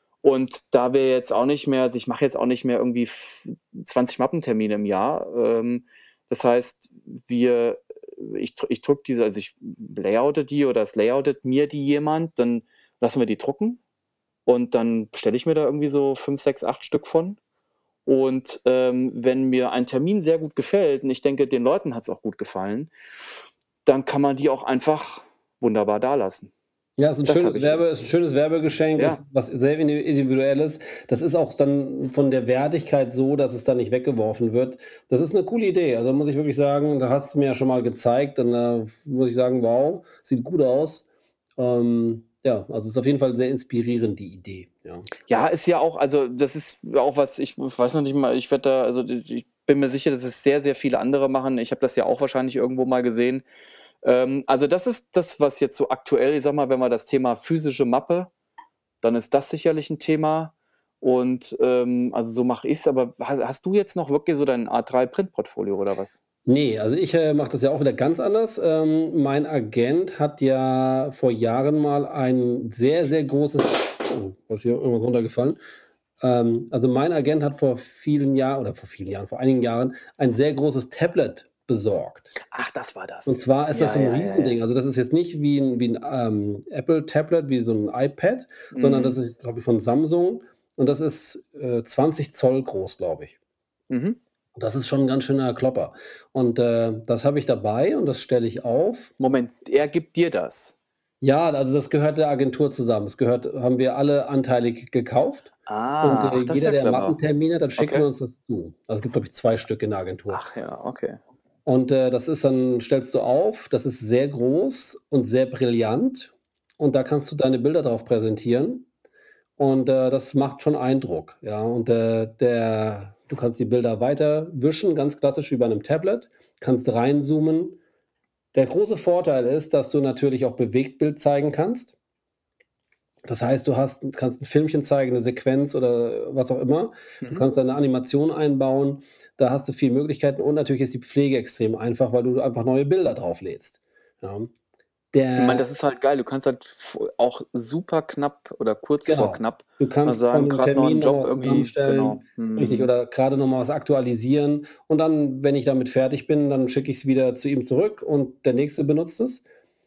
Und da wir jetzt auch nicht mehr also, ich mache jetzt auch nicht mehr irgendwie f zwanzig Mappentermine im Jahr. Ähm, das heißt, wir ich dr ich drucke diese also, ich layoute die oder es layoutet mir die jemand, dann lassen wir die drucken und dann bestelle ich mir da irgendwie so fünf, sechs, acht Stück von. Und, ähm, wenn mir ein Termin sehr gut gefällt und ich denke, den Leuten hat's auch gut gefallen, dann kann man die auch einfach wunderbar dalassen. Ja, ist 'n Das habe schönes ich Werbe ist 'n schönes Werbegeschenk, Ja. ist was sehr indi Individuelles. Das ist auch dann von der Wertigkeit so, dass es dann nicht weggeworfen wird. Das ist 'ne coole Idee. Also, muss ich wirklich sagen, da hast du's mir ja schon mal gezeigt und da f muss ich sagen: „Wow, sieht gut aus.“ Ähm, ja, also, ist auf jeden Fall sehr inspirierend, die Idee, ja. Ja, ist ja auch also, das ist auch was ich weiß noch nicht mal ich werde da also, d ich bin mir sicher, dass es sehr, sehr viele andere machen. Ich habe das ja auch wahrscheinlich irgendwo mal gesehen. Ähm, also, das ist das, was jetzt so aktuell ich sage mal, wenn wir das Thema physische Mappe dann ist das sicherlich 'n Thema. Und, ähm, also, so mache ich's, aber ha hast du jetzt noch wirklich so dein A drei Printportfolio oder was? Ne, also, ich, äh, mache das ja auch wieder ganz anders. Ähm, mein Agent hat ja vor Jahren mal ein sehr, sehr großes oh, da ist hier irgendwas runtergefallen. Ähm, also, mein Agent hat vor vielen Jahr oder vor vielen Jahren vor einigen Jahren ein sehr großes Tablet besorgt. Ach, das war Und das. zwar ist das Ja, so 'n ja, ja, ja. Riesending. Also, das ist jetzt nicht wie 'n wie 'n, ähm, Apple-Tablet, wie so 'n iPad, sondern das Mhm. ist, glaube ich, von Samsung und das ist, äh, zwanzig Zoll groß, glaube ich. Mhm. Das ist schon 'n ganz schöner Klopper. Und, äh, das habe ich dabei und das stelle ich auf. Moment, er gibt dir das? Ja, also, das gehört der Agentur zusammen. Das gehört haben wir alle anteilig gekauft und, Ah, äh, ach, das ist jeder, ja der clever. Mappentermin hat, dann schicken wir Okay. uns das zu. Also, es gibt, glaube ich, zwei Stück in der Agentur. Ach ja, okay. Und, äh, das ist dann stellst du auf, das ist sehr groß und sehr brillant und da kannst du deine Bilder drauf präsentieren und, äh, das macht schon Eindruck, ja. Und, äh, der du kannst die Bilder weiter wischen, ganz klassisch wie bei 'nem Tablet, kannst reinzoomen. Der große Vorteil ist, dass du natürlich auch Bewegtbild zeigen kannst. Das heißt, du hast kannst 'n Filmchen zeigen, 'ne Sequenz oder was auch immer. Du Mhm. kannst da 'ne Animation einbauen. Da hast du viel Möglichkeiten und natürlich ist die Pflege extrem einfach, weil du einfach neue Bilder drauflädst, ja. Ich meine, Der das ist halt geil. Du kannst halt f auch super knapp oder kurz vor Genau. knapp Du mal kannst von sagen: dem „Grad noch Termin 'n noch mal Job was irgendwie“ zusammenstellen, genau. richtig, Mhm. oder grade noch mal was aktualisieren und dann, wenn ich damit fertig bin, dann schicke ich's wieder zu ihm zurück und der Nächste benutzt es.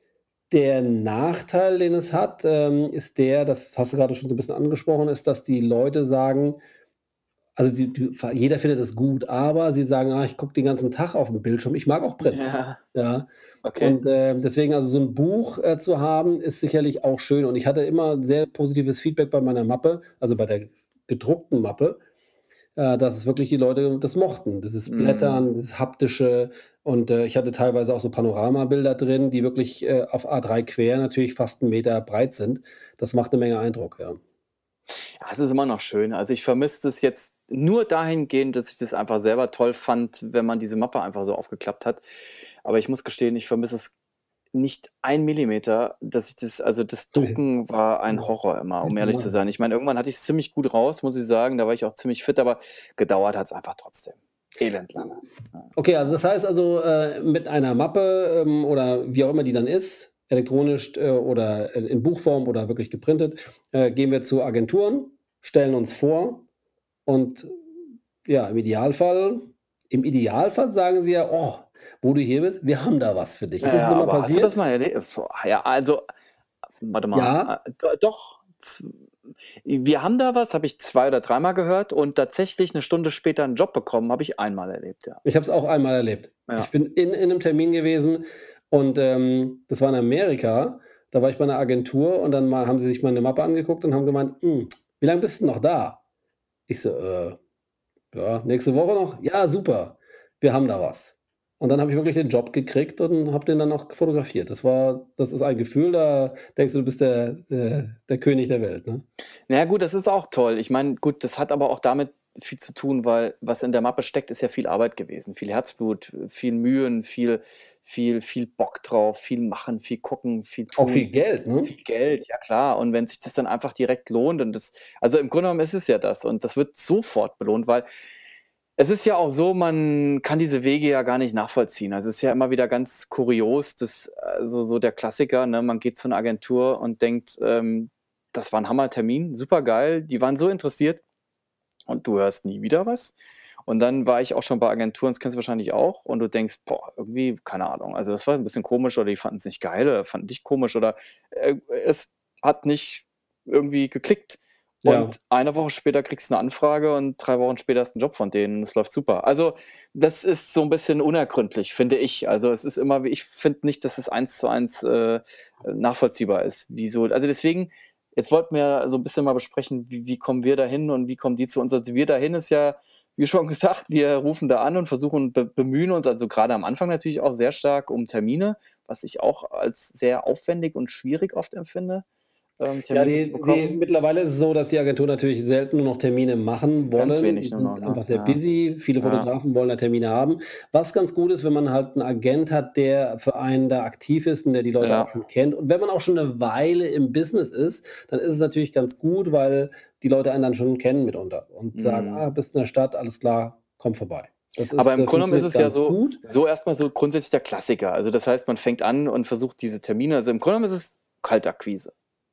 Der Nachteil, den es hat, ähm, ist der, das hast du grade schon so 'n bisschen angesprochen, ist, dass die Leute sagen also, die die fa jeder findet das gut, aber sie sagen: „Ah, ich gucke den ganzen Tag auf 'n Bildschirm.“ Ich mag auch Print, Ja. ja. Okay. Und, äh, deswegen also, so 'n Buch, äh, zu haben, ist sicherlich auch schön und ich hatte immer sehr positives Feedback bei meiner Mappe, also, bei der gedruckten Mappe, äh, dass es wirklich die Leute das mochten. Dieses Mhm. Blättern, dieses Haptische und, äh, ich hatte teilweise auch so Panoramabilder drin, die wirklich, äh, auf A drei quer natürlich fast 'n Meter breit sind. Das macht 'ne Menge Eindruck, ja. Ja, es ist immer noch schön. Also, ich vermisse das jetzt nur dahingehend, dass ich das einfach selber toll fand, wenn man diese Mappe einfach so aufgeklappt hat. Aber ich muss gestehen, ich vermisse es nicht ein Millimeter, dass ich das also, das Drucken war ein Horror immer, um Nicht zu ehrlich zu machen. sein. Ich meine, irgendwann hatte ich's ziemlich gut raus, muss ich sagen. Da war ich auch ziemlich fit, aber gedauert hat's einfach trotzdem. Elend-lange, ja. Okay, also, das heißt also, äh, mit einer Mappe, ähm, oder wie auch immer die dann ist, elektronisch, äh, oder in in Buchform oder wirklich geprintet, äh, gehen wir zu Agenturen, stellen uns vor und ja, im Idealfall im Idealfall sagen sie ja: „Oh, wo du hier bist, wir haben da was für dich.“ Ist Ja, dir das ja, schon mal aber hast du das passiert? mal erle v ja, also Warte Ja. mal, äh, do doch, z wir haben da was, habe ich zwei oder dreimal gehört und tatsächlich 'ne Stunde später 'n Job bekommen, habe ich einmal erlebt, ja. Ich habe es auch einmal erlebt. Ich Ja. bin in in 'nem Termin gewesen und, ähm, das war in Amerika. Da war ich bei 'ner Agentur und dann mal haben sie sich meine Mappe angeguckt und haben gemeint: „Hm, wie lang bist 'n noch da?“ Ich so: „Äh, ja, nächste Woche noch? Ja, super, wir haben da was.“ Und dann habe ich wirklich den Job gekriegt und habe den dann auch fotografiert. Das war das ist ein Gefühl, da denkst du, du bist der äh, der König der Welt, ne? Na ja gut, das ist auch toll. Ich meine, gut, das hat aber auch damit viel zu tun, weil was in der Mappe steckt, ist ja viel Arbeit gewesen, viel Herzblut, viel Mühen, viel viel viel Bock drauf, viel machen, viel gucken, viel Auch viel tun, Geld, ne? viel Geld, ja klar. Und wenn sich das dann einfach direkt lohnt und das also, im Grunde genommen ist es ja das und das wird sofort belohnt, weil es ist ja auch so, man kann diese Wege ja gar nicht nachvollziehen. Also, es ist ja immer wieder ganz kurios, dass also, so der Klassiker, ne, man geht zu 'ner Agentur und denkt, ähm, das war 'n Hammertermin, supergeil, die waren so interessiert und du hörst nie wieder was. Und dann war ich auch schon bei Agenturen, das kennst du wahrscheinlich auch, und du denkst: „Boah, irgendwie, keine Ahnung, also, das war 'n bisschen komisch oder die fanden's nicht geil oder fanden dich komisch oder, äh, es hat nicht irgendwie geklickt.“ Ja. Und eine Woche später kriegst du 'ne Anfrage und drei Wochen später hast 'n Job von denen und es läuft super. Also, das ist so 'n bisschen unergründlich, finde ich. Also, es ist immer wie ich finde nicht, dass es eins zu eins, äh, nachvollziehbar ist, wieso also, deswegen jetzt wollten wir ja so 'n bisschen mal besprechen, wie wie kommen wir da hin und wie kommen die zu uns? Also, wir dahin ist ja, wie schon gesagt, wir rufen da an und versuchen be bemühen uns, also, grade am Anfang natürlich auch sehr stark um Termine, was ich auch als sehr aufwendig und schwierig oft empfinde, ähm, Ja, Termine zu die die bekommen. mittlerweile ist es so, dass die Agenturen natürlich selten nur noch Termine machen Ganz wollen. Die wenig nur noch, sind ne? einfach sehr Ja. busy. Viele Ja. Fotografen wollen da Termine haben. Was ganz gut ist, wenn man halt 'n Agent hat, der für einen da aktiv ist und der die Leute auch Ja. schon kennt. Und wenn man auch schon 'ne Weile im Business ist, dann ist es natürlich ganz gut, weil die Leute einen dann schon kennen mitunter und sagen: Mhm. „Ah, bist in der Stadt, alles klar, komm vorbei.“ Das Aber ist im äh, Grunde genommen ist funktioniert es ja ganz so gut. so erst mal so grundsätzlich der Klassiker. Also, das heißt, man fängt an und versucht diese Termine also, im Grunde genommen ist es Kaltakquise.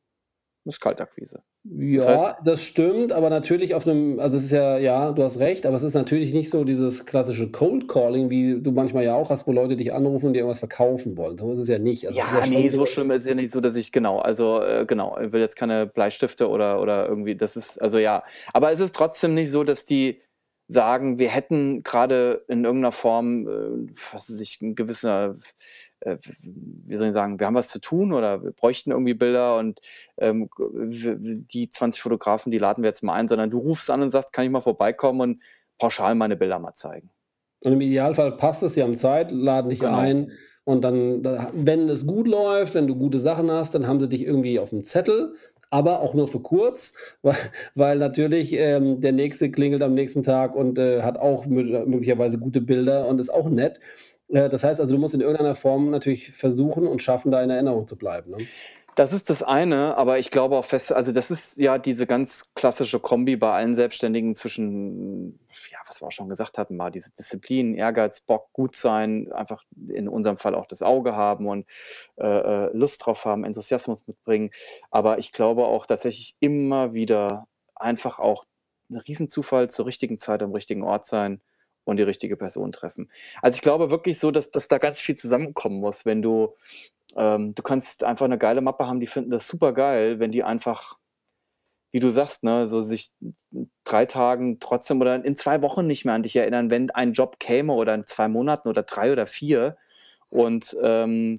Ist Kaltakquise. Das heißt Ja, das stimmt, aber natürlich auf 'nem also, es ist ja ja, du hast recht, aber es ist natürlich nicht so dieses klassische Cold Calling, wie du manchmal ja auch hast, wo Leute dich anrufen und dir irgendwas verkaufen wollen. So ist es ja nicht. Also, es ist ja Ja, schon ne, so so schlimm ist ja nicht so, dass ich genau, also, äh, genau, will jetzt keine Bleistifte oder oder irgendwie das ist also, ja. Aber es ist trotzdem nicht so, dass die sagen, wir hätten grade in irgend 'ner Form, äh, was weiß ich, 'n gewisser äh, w wie soll ich sagen, wir haben was zu tun oder wir bräuchten irgendwie Bilder und, ähm, w w die zwanzig Fotografen, die laden wir jetzt mal ein, sondern du rufst an und sagst: „Kann ich mal vorbeikommen und pauschal meine Bilder mal zeigen?“ Und im Idealfall passt es, sie haben Zeit, laden dich Genau. ein und dann da wenn es gut läuft, wenn du gute Sachen hast, dann haben sie dich irgendwie aufm Zettel, aber auch nur für kurz, weil weil natürlich, ähm, der Nächste klingelt am nächsten Tag und, äh, hat auch mö möglicherweise gute Bilder und ist auch nett. Äh, das heißt also, du musst in irgendeiner Form natürlich versuchen und schaffen, da in Erinnerung zu bleiben, ne? Das ist das eine, aber ich glaube auch fest also, das ist ja diese ganz klassische Kombi bei allen Selbstständigen zwischen ja, was wir auch schon gesagt hatten, mal diese Disziplin, Ehrgeiz, Bock, gut sein, einfach in unserem Fall auch das Auge haben und, äh, äh, Lust drauf haben, Enthusiasmus mitbringen. Aber ich glaube auch tatsächlich immer wieder einfach auch 'n Riesenzufall zur richtigen Zeit am richtigen Ort sein und die richtige Person treffen. Also, ich glaube wirklich so, dass dass da ganz viel zusammenkommen muss, wenn du ähm, du kannst einfach 'ne geile Mappe haben, die finden das supergeil, wenn die einfach, wie du sagst, ne, so sich drei Tagen trotzdem oder in zwei Wochen nicht mehr an dich erinnern, wenn ein Job käme oder in zwei Monaten oder drei oder vier und, ähm,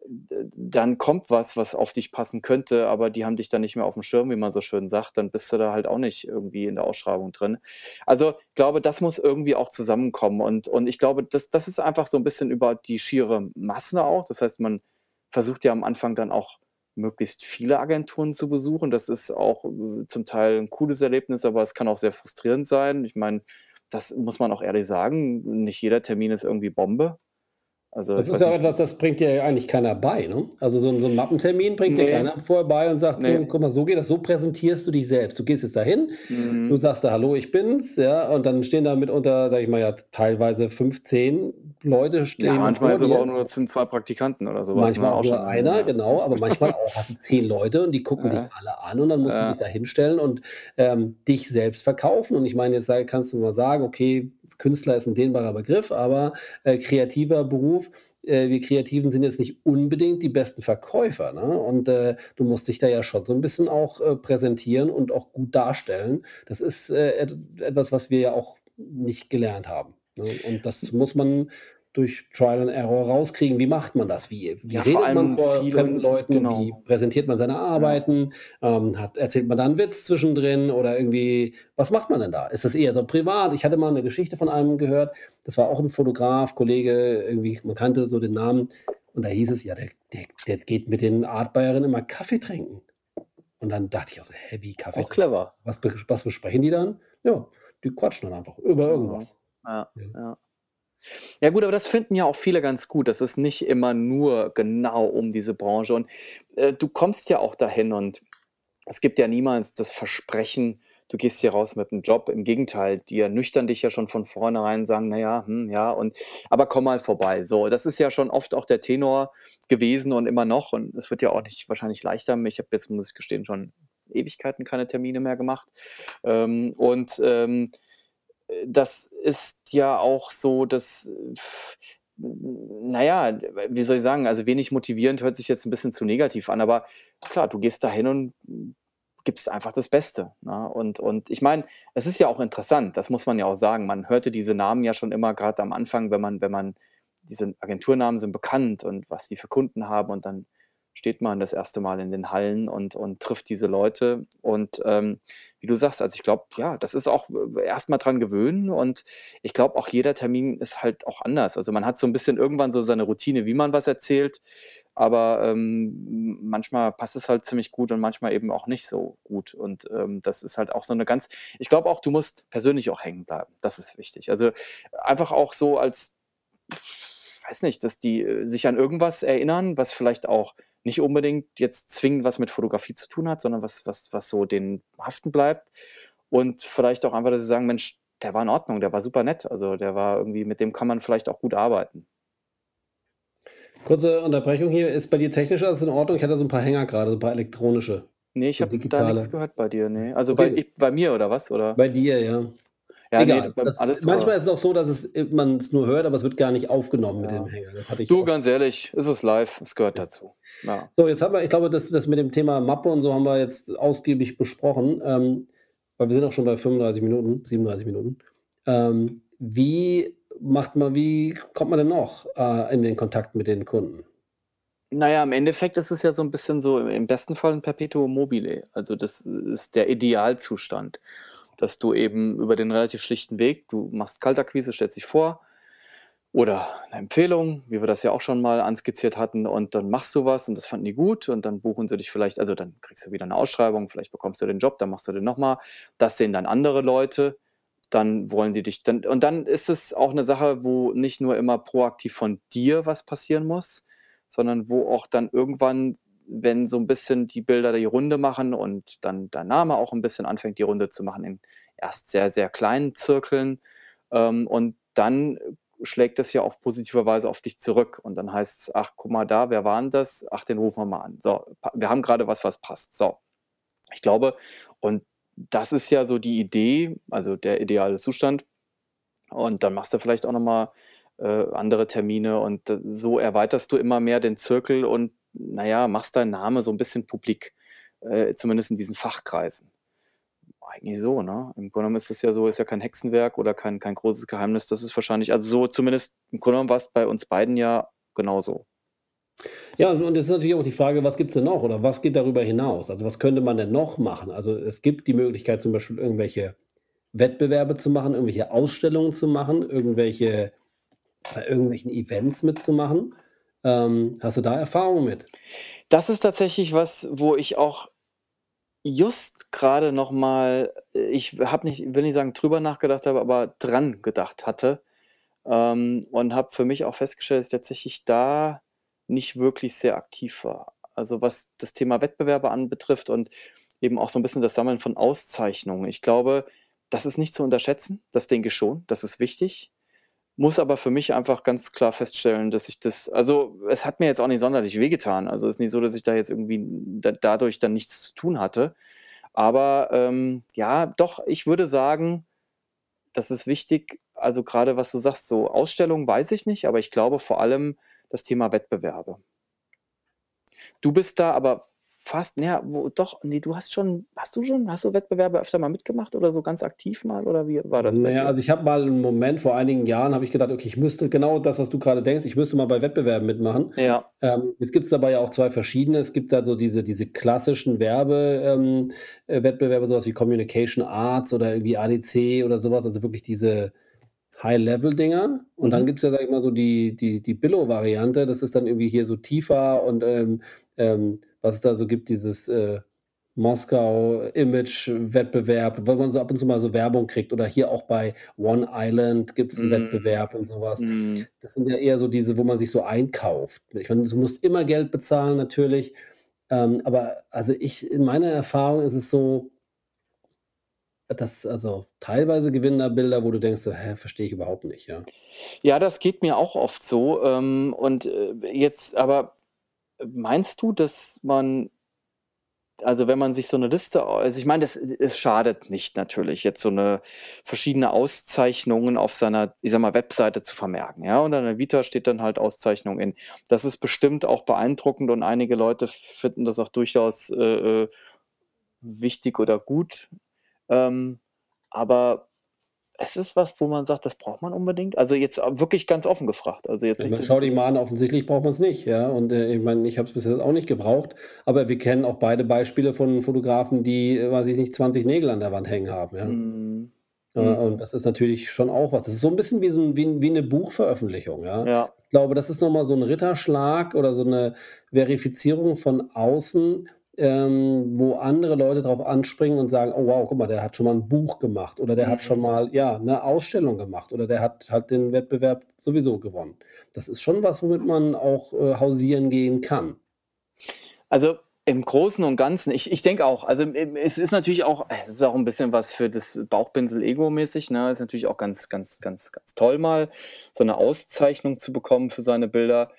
d dann kommt was, was auf dich passen könnte, aber die haben dich dann nicht mehr aufm Schirm, wie man so schön sagt, dann bist du da halt auch nicht irgendwie in der Ausschreibung drin. Also, glaube, das muss irgendwie auch zusammenkommen und und ich glaube, das das ist einfach so 'n bisschen über die schiere Masse auch. Das heißt, man versucht ja am Anfang dann auch möglichst viele Agenturen zu besuchen. Das ist auch, äh, zum Teil 'n cooles Erlebnis, aber es kann auch sehr frustrierend sein. Ich meine, das muss man auch ehrlich sagen, nicht jeder Termin ist irgendwie Bombe. Also, Das ich ist weiß ja auch nicht etwas, das bringt dir ja eigentlich keiner bei, ne? Also, so 'n so 'n Mappentermin bringt dir Ne, keiner vorher bei und sagt so: ne. „Guck mal, so geht das, so präsentierst du dich selbst.“ Du gehst jetzt dahin, du Mhm. sagst da: „Hallo, ich bin's“, ja, und dann stehen da mitunter, sage ich mal, ja teilweise fünfzehn Leute Ja, stehen dann manchmal vor ist aber auch dir. nur sind zwei Praktikanten oder so was, Manchmal ne? auch Auch schon nur einer, ja. genau, aber manchmal auch hast du zehn Leute und die gucken dich Ja. alle an und dann musst du dich Ja. da hinstellen und, ähm, dich selbst verkaufen. Und ich meine, jetzt sei kannst du mal sagen: „Okay, Künstler ist 'n dehnbarer Begriff, aber, äh, kreativer Beruf.“ äh, wir Kreativen sind jetzt nicht unbedingt die besten Verkäufer, ne? Und, äh, du musst dich da ja schon so ein bisschen auch, äh, präsentieren und auch gut darstellen. Das ist, äh, et etwas, was wir ja auch nicht gelernt haben, ne? Und das muss man durch Trial and Error rauskriegen. Wie macht man das? Wie wie Ja, vor redet man allem vor viel fremden und Leuten? Wie genau, präsentiert man seine ja. Arbeiten? Ähm, hat erzählt man da 'n Witz zwischendrin oder irgendwie was macht man denn da? Ist das eher so privat? Ich hatte mal eine Geschichte von einem gehört, das war auch ein Fotograf, Kollege, irgendwie man kannte so den Namen und da hieß es: „Ja, der der der geht mit den Artbuyerinnen immer Kaffee trinken.“ Und dann dachte ich auch so: „Hä, wie Kaffee Auch trinken? clever. Was be was besprechen die dann?“ Ja, die quatschen dann einfach über Mhm. irgendwas. Ja, Ja. ja. Ja gut, aber das finden ja auch viele ganz gut. Das ist nicht immer nur genau um diese Branche und, äh, du kommst ja auch dahin und es gibt ja niemals das Versprechen, du gehst hier raus mit 'nem Job. Im Gegenteil, die ernüchtern dich ja schon von vornherein, sagen: „Na ja, hm, ja und aber komm mal vorbei.“ So, das ist ja schon oft auch der Tenor gewesen und immer noch und es wird ja auch nicht wahrscheinlich leichter. Ich habe jetzt, muss ich gestehen, schon Ewigkeiten keine Termine mehr gemacht. Ähm, und, ähm, äh, das ist ja auch so, dass, na ja, wie soll ich sagen, also wenig motivierend hört sich jetzt ein bisschen zu negativ an, aber klar, du gehst da hin und gibst einfach das Beste, ne? Und und ich meine, es ist ja auch interessant, das muss man ja auch sagen. Man hörte diese Namen ja schon immer gerade am Anfang, wenn man wenn man diese Agenturnamen sind bekannt und was die für Kunden haben und dann steht man das erste Mal in den Hallen und und trifft diese Leute und, ähm, wie du sagst, also ich glaube, ja, das ist auch äh, erst mal dran gewöhnen und ich glaube auch jeder Termin ist halt auch anders. Also, man hat so ein bisschen irgendwann so seine Routine, wie man was erzählt, aber, ähm, manchmal passt es halt ziemlich gut und manchmal eben auch nicht so gut und, ähm, das ist halt auch so eine ganz ich glaube auch, du musst persönlich auch hängen bleiben. Das ist wichtig. Also, einfach auch so als weiß nicht, dass die, äh, sich an irgendwas erinnern, was vielleicht auch nicht unbedingt jetzt zwingend was mit Fotografie zu tun hat, sondern was was was so denen haften bleibt. Und vielleicht auch einfach, dass sie sagen: „Mensch, der war in Ordnung, der war super nett. Also, der war irgendwie mit dem kann man vielleicht auch gut arbeiten.“ Kurze Unterbrechung hier. Ist bei dir technisch alles in Ordnung? Ich hatte so 'n paar Hänger grade, so 'n paar elektronische, Ne, ich so habe da nix digitale. gehört bei dir, ne. Also, bei Okay, ich bei mir oder was, oder? bei dir, ja. Ja, ne, Egal. beim Das alles manchmal super. ist es auch so, dass es äh, man's nur hört, aber es wird gar nicht aufgenommen mit dem Ja. Hänger. Das hatte ich Du, auch schon. ganz ehrlich, es ist live, es gehört dazu. Ja. So, jetzt haben wir ich glaube, das das mit dem Thema Mappe und so haben wir jetzt ausgiebig besprochen, ähm, weil wir sind auch schon bei fünfunddreißig Minuten, siebenunddreißig Minuten. Ähm, wie macht man wie kommt man denn noch, äh, in den Kontakt mit den Kunden? Na ja, im Endeffekt ist es ja so 'n bisschen so im besten Fall 'n Perpetuum mobile. Also, das ist der Idealzustand, dass du eben über den relativ schlichten Weg du machst Kaltakquise, stellst dich vor oder 'ne Empfehlung, wie wir das ja auch schon mal anskizziert hatten und dann machst du was und das fanden die gut und dann buchen sie dich vielleicht also, dann kriegst du wieder 'ne Ausschreibung, vielleicht bekommst du den Job, dann machst du den noch mal. Das sehen dann andere Leute, dann wollen die dich dann und dann ist es auch 'ne Sache, wo nicht nur immer proaktiv von dir was passieren muss, sondern wo auch dann irgendwann, wenn so 'n bisschen die Bilder die Runde machen und dann dein Name auch 'n bisschen anfängt, die Runde zu machen in erst sehr, sehr kleinen Zirkeln, ähm, und dann schlägt das ja auf positive Weise auf dich zurück und dann heißt's: „Ach, guck mal da, wer war 'n das? Ach, den rufen wir mal an. So, pa wir haben grade was, was passt.“ So, ich glaube und das ist ja so die Idee, also der ideale Zustand und dann machst du vielleicht auch noch mal, äh, andere Termine und d so erweiterst du immer mehr den Zirkel und, na ja, machst deinen Name so 'n bisschen publik, äh, zumindest in diesen Fachkreisen. Eigentlich so, ne? Im Grunde genommen ist es ja so ist ja kein Hexenwerk oder kein kein großes Geheimnis. Das ist wahrscheinlich also so zumindest im Grunde genommen war's bei uns beiden ja genauso. Ja, und und es ist natürlich auch die Frage, was gibt's denn noch oder was geht darüber hinaus? Also, was könnte man denn noch machen? Also, es gibt die Möglichkeit, zum Beispiel irgendwelche Wettbewerbe zu machen, irgendwelche Ausstellungen zu machen, irgendwelche bei irgendwelchen Events mitzumachen. Ähm, hast du da Erfahrung mit? Das ist tatsächlich was, wo ich auch just grade noch mal äh, ich habe nicht will nicht sagen, drüber nachgedacht habe, aber dran gedacht hatte, ähm, und habe für mich auch festgestellt, dass ich tatsächlich da nicht wirklich sehr aktiv war. Also, was das Thema Wettbewerbe anbetrifft und eben auch so 'n bisschen das Sammeln von Auszeichnungen. Ich glaube, das ist nicht zu unterschätzen, das denke ich schon, das ist wichtig. Muss aber für mich einfach ganz klar feststellen, dass ich das also, es hat mir jetzt auch nicht sonderlich wehgetan. Also, ist nicht so, dass ich da jetzt irgendwie da dadurch dann nichts zu tun hatte. Aber, ähm, ja, doch, ich würde sagen, das ist wichtig. Also, grade was du sagst, so Ausstellungen weiß ich nicht, aber ich glaube vor allem, das Thema Wettbewerbe. Du bist da aber fast na ja, wo doch, ne, du hast schon hast du schon hast du Wettbewerbe öfter mal mitgemacht oder so ganz aktiv mal oder wie war das Na bei ja, dir? also ich habe mal 'n Moment vor einigen Jahren habe ich gedacht: „Okay, ich müsste genau das, was du grade denkst, ich müsste mal bei Wettbewerben mitmachen.“ Ja. Ähm, jetzt gibt's dabei ja auch zwei verschiedene. Es gibt da so diese diese klassischen Werbe ähm, äh, Wettbewerbe, so was wie Communication Arts oder irgendwie A D C oder so was, also wirklich diese High-Level-Dinger. Und dann Mhm. gibt's ja, sage ich mal, so die die die Billo-Variante. Das ist dann irgendwie hier so tiefer und, ähm, ähm, was es da so gibt, dieses, äh, Moskau-Image-Wettbewerb, wo man so ab und zu mal so Werbung kriegt oder hier auch bei One Island gibt's 'n Mhm. Wettbewerb und so was. Mhm. Das sind ja eher so diese, wo man sich so einkauft. Ich meine, du musst immer Geld bezahlen natürlich, ähm, aber also ich in meiner Erfahrung ist es so dass also teilweise gewinnen da Bilder, wo du denkst so: „Hä, verstehe ich überhaupt nicht“, ja. Ja, das geht mir auch oft so, ähm, und, äh, jetzt aber meinst du, dass man also, wenn man sich so 'ne Liste au also, ich meine, das es schadet nicht natürlich, jetzt so 'ne verschiedene Auszeichnungen auf seiner, ich sage mal, Webseite zu vermerken, ja? Und an der Vita steht dann halt Auszeichnung in. Das ist bestimmt auch beeindruckend und einige Leute finden das auch durchaus, äh, äh, wichtig oder gut. Ähm, aber es ist was, wo man sagt, das braucht man unbedingt? Also, jetzt a wirklich ganz offen gefragt. Also, jetzt Ich nicht, meine, dass ich schau dich das mal an, offensichtlich braucht man's nicht, ja? Und, äh, ich meine, ich habe es bis jetzt auch nicht gebraucht, aber wir kennen auch beide Beispiele von Fotografen, die, äh, weiß ich nicht, zwanzig Nägel an der Wand hängen haben, ja? Mhm. Äh, Mhm. und das ist natürlich schon auch was. Das ist so 'n bisschen wie so 'n wie 'n wie 'ne Buchveröffentlichung, ja? Ja. Ich glaube, das ist noch mal so 'n Ritterschlag oder so 'ne Verifizierung von außen, ähm, wo andere Leute drauf anspringen und sagen: „Oh wow, guck mal, der hat schon mal 'n Buch gemacht oder der hat schon Mhm. mal, ja, 'ne Ausstellung gemacht oder der hat hat den Wettbewerb sowieso gewonnen.“ Das ist schon was, womit man auch, äh, hausieren gehen kann. Also, im Großen und Ganzen ich ich denke auch, also, ähm, es ist natürlich auch es ist auch 'n bisschen was für das Bauchpinsel-Ego-mäßig, ne? Ist natürlich auch ganz ganz ganz ganz toll mal, so 'ne Auszeichnung zu bekommen für seine Bilder,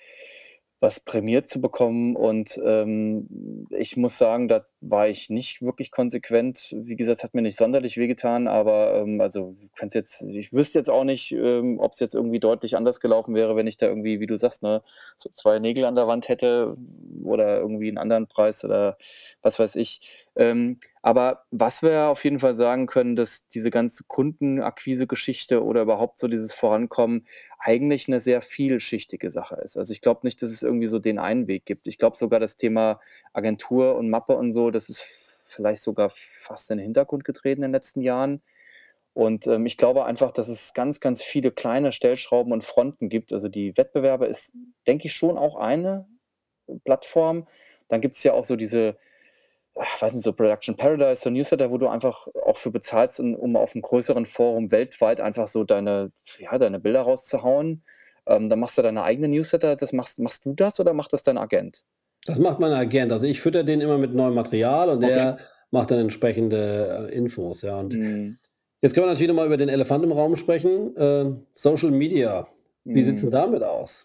was prämiert zu bekommen und, ähm, ich muss sagen, da war ich nicht wirklich konsequent. Wie gesagt, hat mir nicht sonderlich wehgetan, aber, ähm, also, kann's jetzt ich wüsste jetzt auch nicht, ähm, ob's jetzt irgendwie deutlich anders gelaufen wäre, wenn ich da irgendwie, wie du sagst, ne, so zwei Nägel an der Wand hätte oder irgendwie 'n anderen Preis oder was weiß ich. Ähm, aber was wir auf jeden Fall sagen können, dass diese ganze Kundenakquise-Geschichte oder überhaupt so dieses Vorankommen eigentlich 'ne sehr vielschichtige Sache ist. Also, ich glaube nicht, dass es irgendwie so den einen Weg gibt. Ich glaube sogar, das Thema Agentur und Mappe und so, das ist vielleicht sogar fast in den Hintergrund getreten in den letzten Jahren. Und, ähm, ich glaube einfach, dass es ganz, ganz viele kleine Stellschrauben und Fronten gibt. Also, die Wettbewerbe ist, denke ich, schon auch eine Plattform. Dann gibt's ja auch so diese, ach, weiß nicht, so Production Paradise, so Newsletter, wo du einfach auch für bezahlst, um um auf 'm größeren Forum weltweit einfach so deine ja, deine Bilder rauszuhauen. Ähm, dann machst du deine eigenen Newsletter. Das machst machst du das oder macht das dein Agent? Das macht mein Agent. Also, ich fütter den immer mit neuem Material und Okay. der macht dann entsprechende, äh, Infos, ja. Und Mhm. jetzt können wir natürlich noch mal über den Elefant im Raum sprechen, äh, Social Media. Wie sieht's Mhm. 'n damit aus?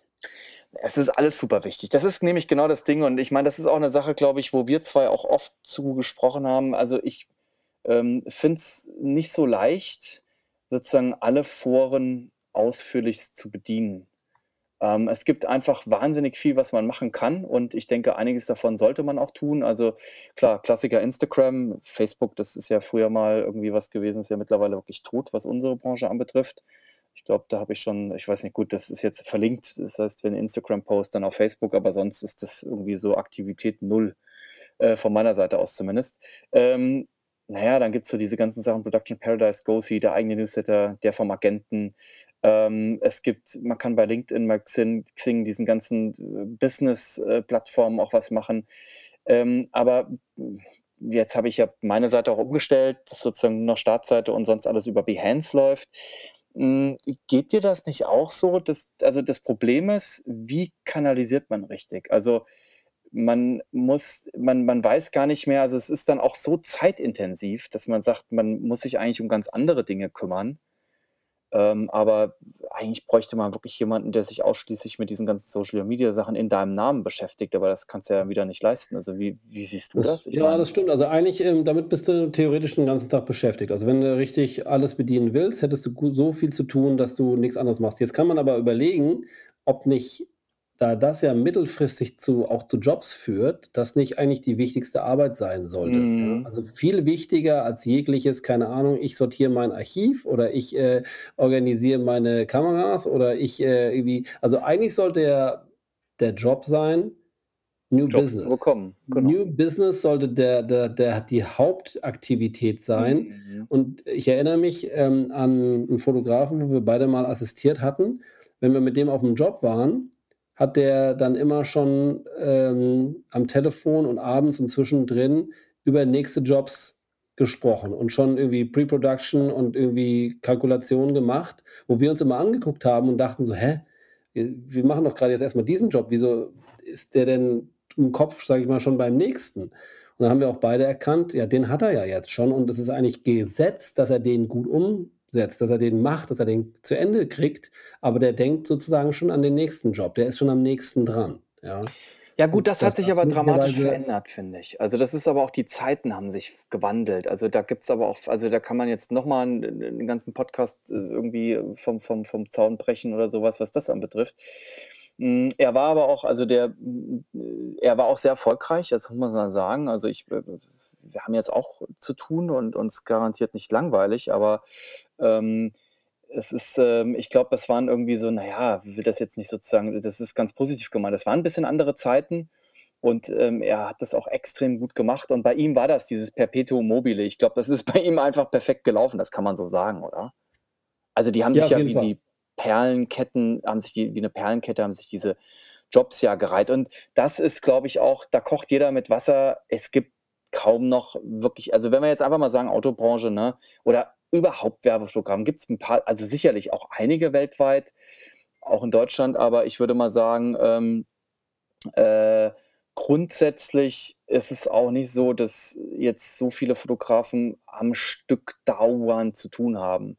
Es ist alles super wichtig. Das ist nämlich genau das Ding und ich meine, das ist auch 'ne Sache, glaube ich, wo wir zwei auch oft zu gesprochen haben. Also, ich, ähm, finde es nicht so leicht, sozusagen alle Foren ausführlichst zu bedienen. Ähm, es gibt einfach wahnsinnig viel, was man machen kann und ich denke, einiges davon sollte man auch tun. Also, klar, Klassiker Instagram, Facebook, das ist ja früher mal irgendwie was gewesen, ist ja mittlerweile wirklich tot, was unsere Branche anbetrifft. Ich glaube, da habe ich schon ich weiß nicht, gut, das ist jetzt verlinkt. Das heißt, wenn Instagram-Post, dann auf Facebook, aber sonst ist das irgendwie so Aktivität null, äh, von meiner Seite aus zumindest. Ähm, na ja, dann gibt's so diese ganzen Sachen, Production Paradise, GoSee, der eigene Newsletter, der vom Agenten. Ähm, es gibt man kann bei LinkedIn, bei Xin Xing, diesen ganzen, äh, Business äh, Plattformen auch was machen. Ähm, aber jetzt habe ich ja meine Seite auch umgestellt, dass sozusagen nur noch Startseite und sonst alles über Behance läuft. Hm, geht dir das nicht auch so, dass also, das Problem ist, wie kanalisiert man richtig? Also, man muss man man weiß gar nicht mehr also, es ist dann auch so zeitintensiv, dass man sagt, man muss sich eigentlich um ganz andere Dinge kümmern. Ähm, aber eigentlich bräuchte man wirklich jemanden, der sich ausschließlich mit diesen ganzen Social-Media-Sachen in deinem Namen beschäftigt, aber das kannst du ja wieder nicht leisten. Also, wie wie siehst du Das das? Ich ja, meine das stimmt. Also, eigentlich, ähm, damit bist du theoretisch 'n ganzen Tag beschäftigt. Also, wenn du richtig alles bedienen willst, hättest du gu so viel zu tun, dass du nix anderes machst. Jetzt kann man aber überlegen, ob nicht da das ja mittelfristig zu auch zu Jobs führt, das nicht eigentlich die wichtigste Arbeit sein sollte, ja? Mhm. Also, viel wichtiger als jegliches, keine Ahnung, ich sortiere mein Archiv oder ich, äh, organisiere meine Kameras oder ich, äh, irgendwie also, eigentlich sollte ja der Job sein, New Jobs zu Business. bekommen, genau. New Business sollte der der der die Hauptaktivität sein. Mhm. Und ich erinnere mich, ähm, an 'n Fotografen, wo wir beide mal assistiert hatten. Wenn wir mit dem auf'm Job waren, hat der dann immer schon, ähm, am Telefon und abends und zwischendrin über nächste Jobs gesprochen und schon irgendwie Pre-Production und irgendwie Kalkulationen gemacht, wo wir uns immer angeguckt haben und dachten so: „Hä? Wir wir machen doch grade jetzt erst mal diesen Job. Wieso ist der denn im Kopf, sage ich mal, schon beim nächsten?“ Und dann haben wir auch beide erkannt, ja, den hat er ja jetzt schon und es ist eigentlich gesetzt, dass er den gut umsetzt, dass er den macht, dass er den zu Ende kriegt, aber der denkt sozusagen schon an den nächsten Job. Der ist schon am nächsten dran, ja? Ja gut, Und das hat dass sich das aber dramatisch möglicherweise verändert, finde ich. Also, das ist aber auch die Zeiten haben sich gewandelt. Also, da gibt's aber auch also, da kann man jetzt noch mal 'n 'n 'n ganzen Podcast, äh, irgendwie vom vom vom Zaun brechen oder so was, was das anbetrifft. Hm, er war aber auch also, der hm, äh, er war auch sehr erfolgreich, das muss man mal sagen. Also, ich w w wir haben jetzt auch zu tun und uns garantiert nicht langweilig, aber, ähm, es ist, ähm ich glaube, das waren irgendwie so na ja, will das jetzt nicht sozusagen das ist ganz positiv gemeint. Das waren 'n bisschen andere Zeiten und, ähm, er hat das auch extrem gut gemacht und bei ihm war das dieses Perpetuum mobile. Ich glaube, das ist bei ihm einfach perfekt gelaufen, das kann man so sagen, oder? Also, die haben Ja, sich auf ja jeden wie Fall. die Perlenketten haben sich die wie 'ne Perlenkette haben sich diese Jobs ja gereiht. Und das ist, glaube ich, auch da kocht jeder mit Wasser. Es gibt kaum noch wirklich also, wenn wir jetzt einfach mal sagen Autobranche, ne, oder überhaupt Werbefotografen, gibt's 'n paar also, sicherlich auch einige weltweit, auch in Deutschland, aber ich würde mal sagen, ähm, äh, grundsätzlich ist es auch nicht so, dass jetzt so viele Fotografen am Stück dauernd zu tun haben.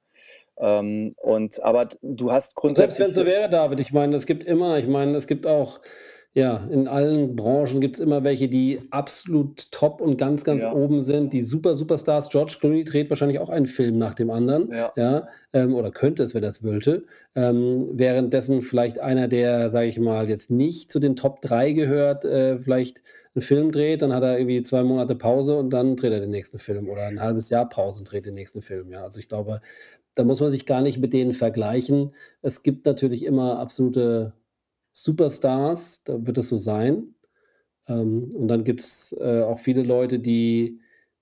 Ähm, und aber d du hast Selbst wenn's grundsätzlich so wäre, David, ich meine, es gibt immer ich meine, es gibt auch ja, in allen Branchen gibt's immer welche, die absolut top und ganz, ganz Ja. oben sind, die Super Superstars. George Clooney dreht wahrscheinlich auch einen Film nach dem anderen, Ja. ja, ähm, oder könnte es, wenn er's wollte. Ähm, währenddessen vielleicht einer, der, sage ich mal, jetzt nicht zu den Top drei gehört, äh, vielleicht 'n Film dreht, dann hat er irgendwie zwei Monate Pause und dann dreht er den nächsten Film oder 'n halbes Jahr Pause und dreht den nächsten Film, ja. Also, ich glaube, da muss man sich gar nicht mit denen vergleichen. Es gibt natürlich immer absolute Superstars, da wird es so sein. Ähm, und dann gibt's, äh, auch viele Leute, die,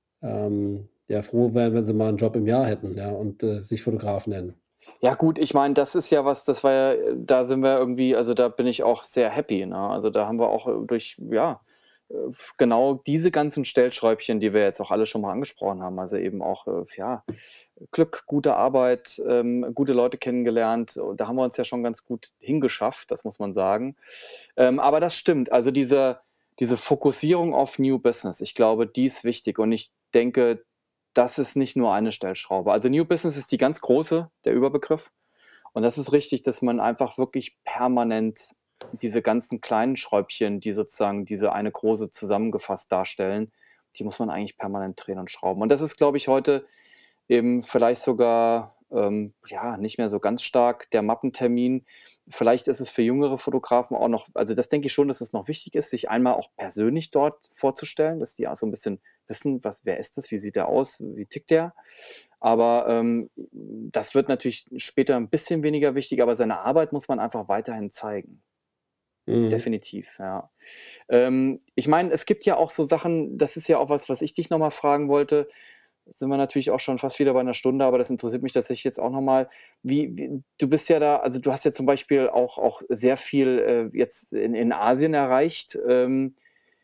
ähm, ja, froh wären, wenn sie mal 'n Job im Jahr hätten, ja, und, äh, sich Fotograf nennen. Ja gut, ich meine, das ist ja was das war ja äh, da sind wir irgendwie also, da bin ich auch sehr happy, ne? Also, da haben wir auch, äh, durch ja, äh, f genau diese ganzen Stellschräubchen, die wir jetzt auch alle schon mal angesprochen haben, also, eben auch, äh, ja, Glück, gute Arbeit, ähm, gute Leute kennengelernt. Und da haben wir uns ja schon ganz gut hingeschafft, das muss man sagen. Ähm, aber das stimmt, also, diese diese Fokussierung auf New Business, ich glaube, die ist wichtig und ich denke, das ist nicht nur eine Stellschraube. Also, New Business ist die ganz große der Überbegriff. Und das ist richtig, dass man einfach wirklich permanent diese ganzen kleinen Schräubchen, die sozusagen diese eine große zusammengefasst darstellen, die muss man eigentlich permanent drehen und schrauben. Und das ist, glaube ich, heute eben vielleicht sogar, ähm, ja, nicht mehr so ganz stark der Mappentermin. Vielleicht ist es für jüngere Fotografen auch noch also, das denke ich schon, dass es noch wichtig ist, sich einmal auch persönlich dort vorzustellen, dass die auch so 'n bisschen wissen, was wer ist das? Wie sieht der aus? Wie tickt der? Aber, ähm, das wird natürlich später 'n bisschen weniger wichtig, aber seine Arbeit muss man einfach weiterhin zeigen. Mhm. Definitiv, ja. Ähm, ich meine, es gibt ja auch so Sachen das ist ja auch was, was ich dich noch mal fragen wollte. Jetzt sind wir natürlich auch schon fast wieder bei 'ner Stunde, aber das interessiert mich tatsächlich jetzt auch noch mal. Wie wie du bist ja da also, du hast ja zum Beispiel auch auch sehr viel, äh, jetzt in in Asien erreicht. Ähm,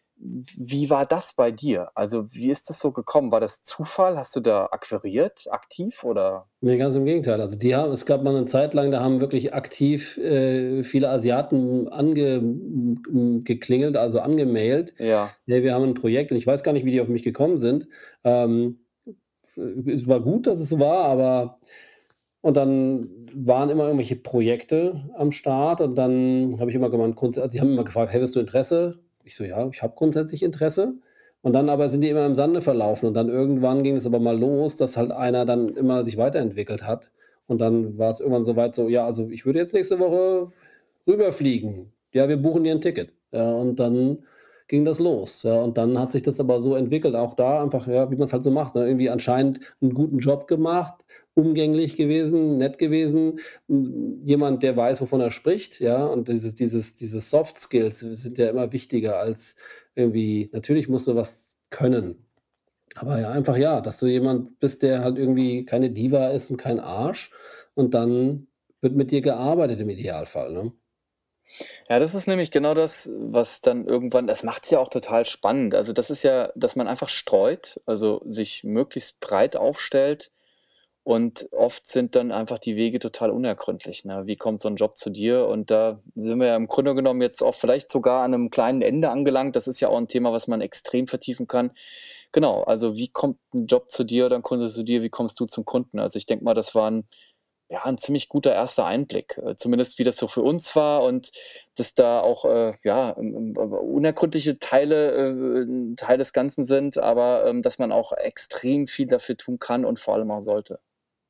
w wie war das bei dir? Also, wie ist das so gekommen? War das Zufall? Hast du da akquiriert aktiv oder? Ne, ganz im Gegenteil. Also, die haben es gab mal 'ne Zeit lang, da haben wirklich aktiv, äh, viele Asiaten ange m m geklingelt, also, angemailt: Ja. „Hey, wir haben 'n Projekt.“ Und ich weiß gar nicht, wie die auf mich gekommen sind. Ähm, f es war gut, dass es so war, aber und dann waren immer irgendwelche Projekte am Start und dann habe ich immer gemeint grunds also, die haben immer gefragt: „Hättest du Interesse?“ Ich so: „Ja, ich habe grundsätzlich Interesse.“ Und dann aber sind die immer im Sande verlaufen und dann irgendwann ging es aber mal los, dass halt einer dann immer sich weiterentwickelt hat. Und dann war's irgendwann so weit so: „Ja, also, ich würde jetzt nächste Woche rüberfliegen. ja, wir buchen dir ein Ticket. Ja, und dann ging das los. Ja, und dann hat sich das aber so entwickelt, auch da einfach, ja, wie man es halt so macht, ne? Irgendwie anscheinend einen guten Job gemacht, umgänglich gewesen, nett gewesen, hm, jemand, der weiß, wovon er spricht, ja, und dieses dieses diese Soft Skills sind ja immer wichtiger als irgendwie natürlich musst du was können, aber ja, einfach ja, dass du jemand bist, der halt irgendwie keine Diva ist und kein Arsch und dann wird mit dir gearbeitet im Idealfall, ne? Ja, das ist nämlich genau das, was dann irgendwann das macht's ja auch total spannend. Also, das ist ja, dass man einfach streut, also sich möglichst breit aufstellt und oft sind dann einfach die Wege total unergründlich, ne? Wie kommt so ein Job zu dir? Und da sind wir ja im Grunde genommen jetzt auch vielleicht sogar an einem kleinen Ende angelangt. Das ist ja auch ein Thema, was man extrem vertiefen kann. Genau, also wie kommt ein Job zu dir oder ein Kunde zu dir? Wie kommst du zum Kunden? Also, ich denke mal, das war 'n ja, 'n ziemlich guter erster Einblick, äh, zumindest wie das so für uns war und dass da auch, äh, ja, ähm, ähm, unergründliche Teile, äh, 'n Teil des Ganzen sind, aber, ähm, dass man auch extrem viel dafür tun kann und vor allem auch sollte.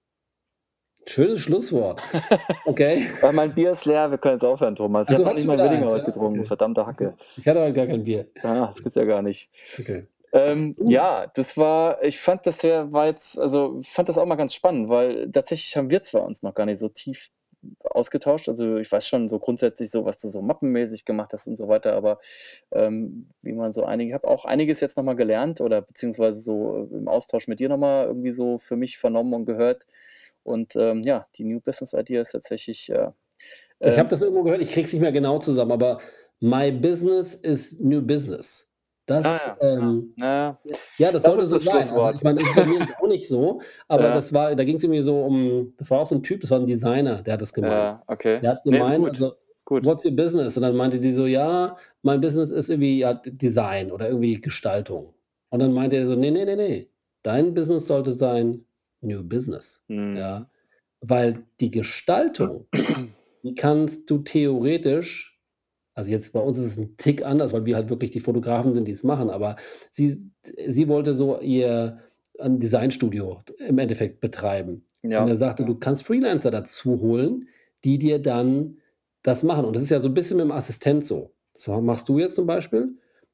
Schönes Schlusswort. Okay. Weil mein Bier ist leer, wir können jetzt aufhören, Thomas. Ach, Ich habe du noch hattest nicht schon mal wieder Willinger eins, heute ja? getrunken, Okay. verdammte Okay. Hacke. Ich hatte heute gar kein Bier. Ah, das gibt's ja gar nicht. Okay. Ähm, Gut. ja, das war ich fand das ja war jetzt also, fand das auch mal ganz spannend, weil tatsächlich haben wir zwar uns noch gar nicht so tief ausgetauscht. Also, ich weiß schon so grundsätzlich so, was du so mappenmäßig gemacht hast und so weiter, aber, ähm, wie man so einige ich habe auch einiges jetzt noch mal gelernt oder beziehungsweise so im Austausch mit dir noch mal irgendwie so für mich vernommen und gehört. Und, ähm, ja, die New Business Idea ist tatsächlich, ja, Ich habe ähm das irgendwo gehört, ich kriege es nicht mehr genau zusammen, aber „My business is new business." ah Das, ja, ja, ähm na ja, ja, das das sollte ist so das sein. Also, ich Schlusswort. meine, das ist bei mir jetzt auch nicht so, aber Ja, das war da ging's irgendwie so um das war auch so 'n Typ, das war 'n Designer, der hat das gemeint. ja, okay. Der hat Ne, ist gemeint, gut, also: ist gut. „What's your business?" Und dann meinte die so: „Ja, mein Business ist irgendwie halt Design oder irgendwie Gestaltung." Und dann meinte er so: „Ne, ne, ne, ne. Dein Business sollte sein New Business." Mhm. Ja? Weil die Gestaltung, die kannst du theoretisch also, jetzt bei uns ist es 'n Tick anders, weil wir halt wirklich die Fotografen sind, die's machen, aber sie sie wollte so ihr ein Designstudio im Endeffekt betreiben. Und Ja, er sagte: „Du kannst Freelancer dazu holen, die dir dann das machen." Und das ist ja so 'n bisschen mit dem Assistent so. Das ma machst du jetzt zum Beispiel.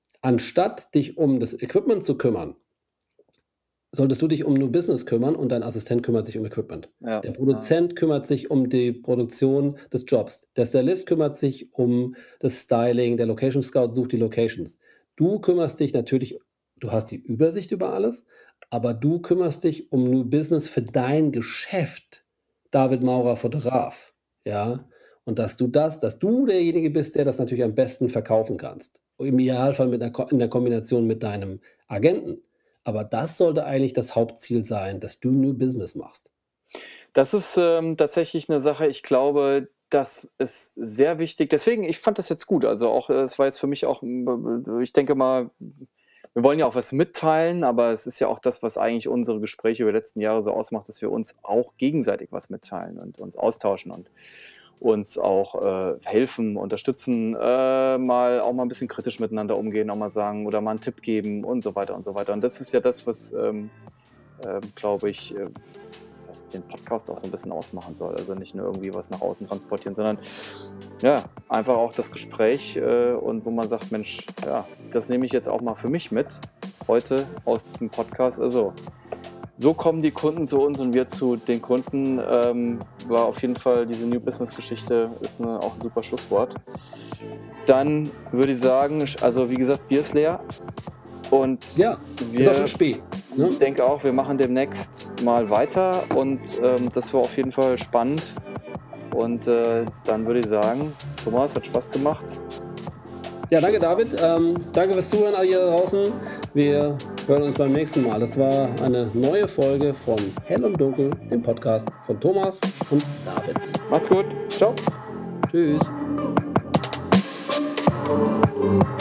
Anstatt dich um das Equipment zu kümmern, solltest du dich um nur Business kümmern und dein Assistent kümmert sich um Equipment. ja, Der ja. Produzent kümmert sich um die Produktion des Jobs. Der Stylist kümmert sich um das Styling, der Location Scout sucht die Locations. Du kümmerst dich natürlich du hast die Übersicht über alles, aber du kümmerst dich um New Business für dein Geschäft. David Maurer, Fotograf, ja? Und dass du das dass du derjenige bist, der das natürlich am besten verkaufen kannst. Im Idealfall mit 'ner Ko in der Kombination mit deinem Agenten. Aber das sollte eigentlich das Hauptziel sein, dass du New Business machst. Das ist, ähm, tatsächlich 'ne Sache, ich glaube, das ist sehr wichtig. Deswegen, ich fand das jetzt gut. Also auch, äh, es war jetzt für mich auch, hm, b b ich denke mal, wir wollen ja auch was mitteilen, aber es ist ja auch das, was eigentlich unsere Gespräche über die letzten Jahre so ausmacht, dass wir uns auch gegenseitig was mitteilen und uns austauschen und uns auch, äh, helfen, unterstützen, äh, mal auch mal 'n bisschen kritisch miteinander umgehen, auch mal sagen oder mal 'n Tipp geben und so weiter und so weiter. Und das ist ja das, was, ähm, ähm, glaube ich, äh was den Podcast auch so ein bisschen ausmachen soll. Also, nicht nur irgendwie was nach außen transportieren, sondern ja, einfach auch das Gespräch, äh, und wo man sagt: „Mensch, ja, das nehme ich jetzt auch mal für mich mit heute aus diesem Podcast.“ Also, so kommen die Kunden zu uns und wir zu den Kunden. Ähm, war auf jeden Fall diese New Business Geschichte ist 'ne auch 'n super Schlusswort. Dann würde ich sagen, sch also, wie gesagt, Bier ist leer und Ja, ist auch schon wir spät, ne? denke auch, wir machen demnächst mal weiter und, ähm, das war auf jeden Fall spannend. Und, äh, dann würde ich sagen, Thomas, hat Spaß gemacht. Ja, danke David. Ähm, danke fürs Zuhören all ihr da draußen. Wir hören uns beim nächsten Mal. Das war eine neue Folge von Hell und Dunkel, dem Podcast von Thomas und David. Macht's gut. Ciao. Tschüss.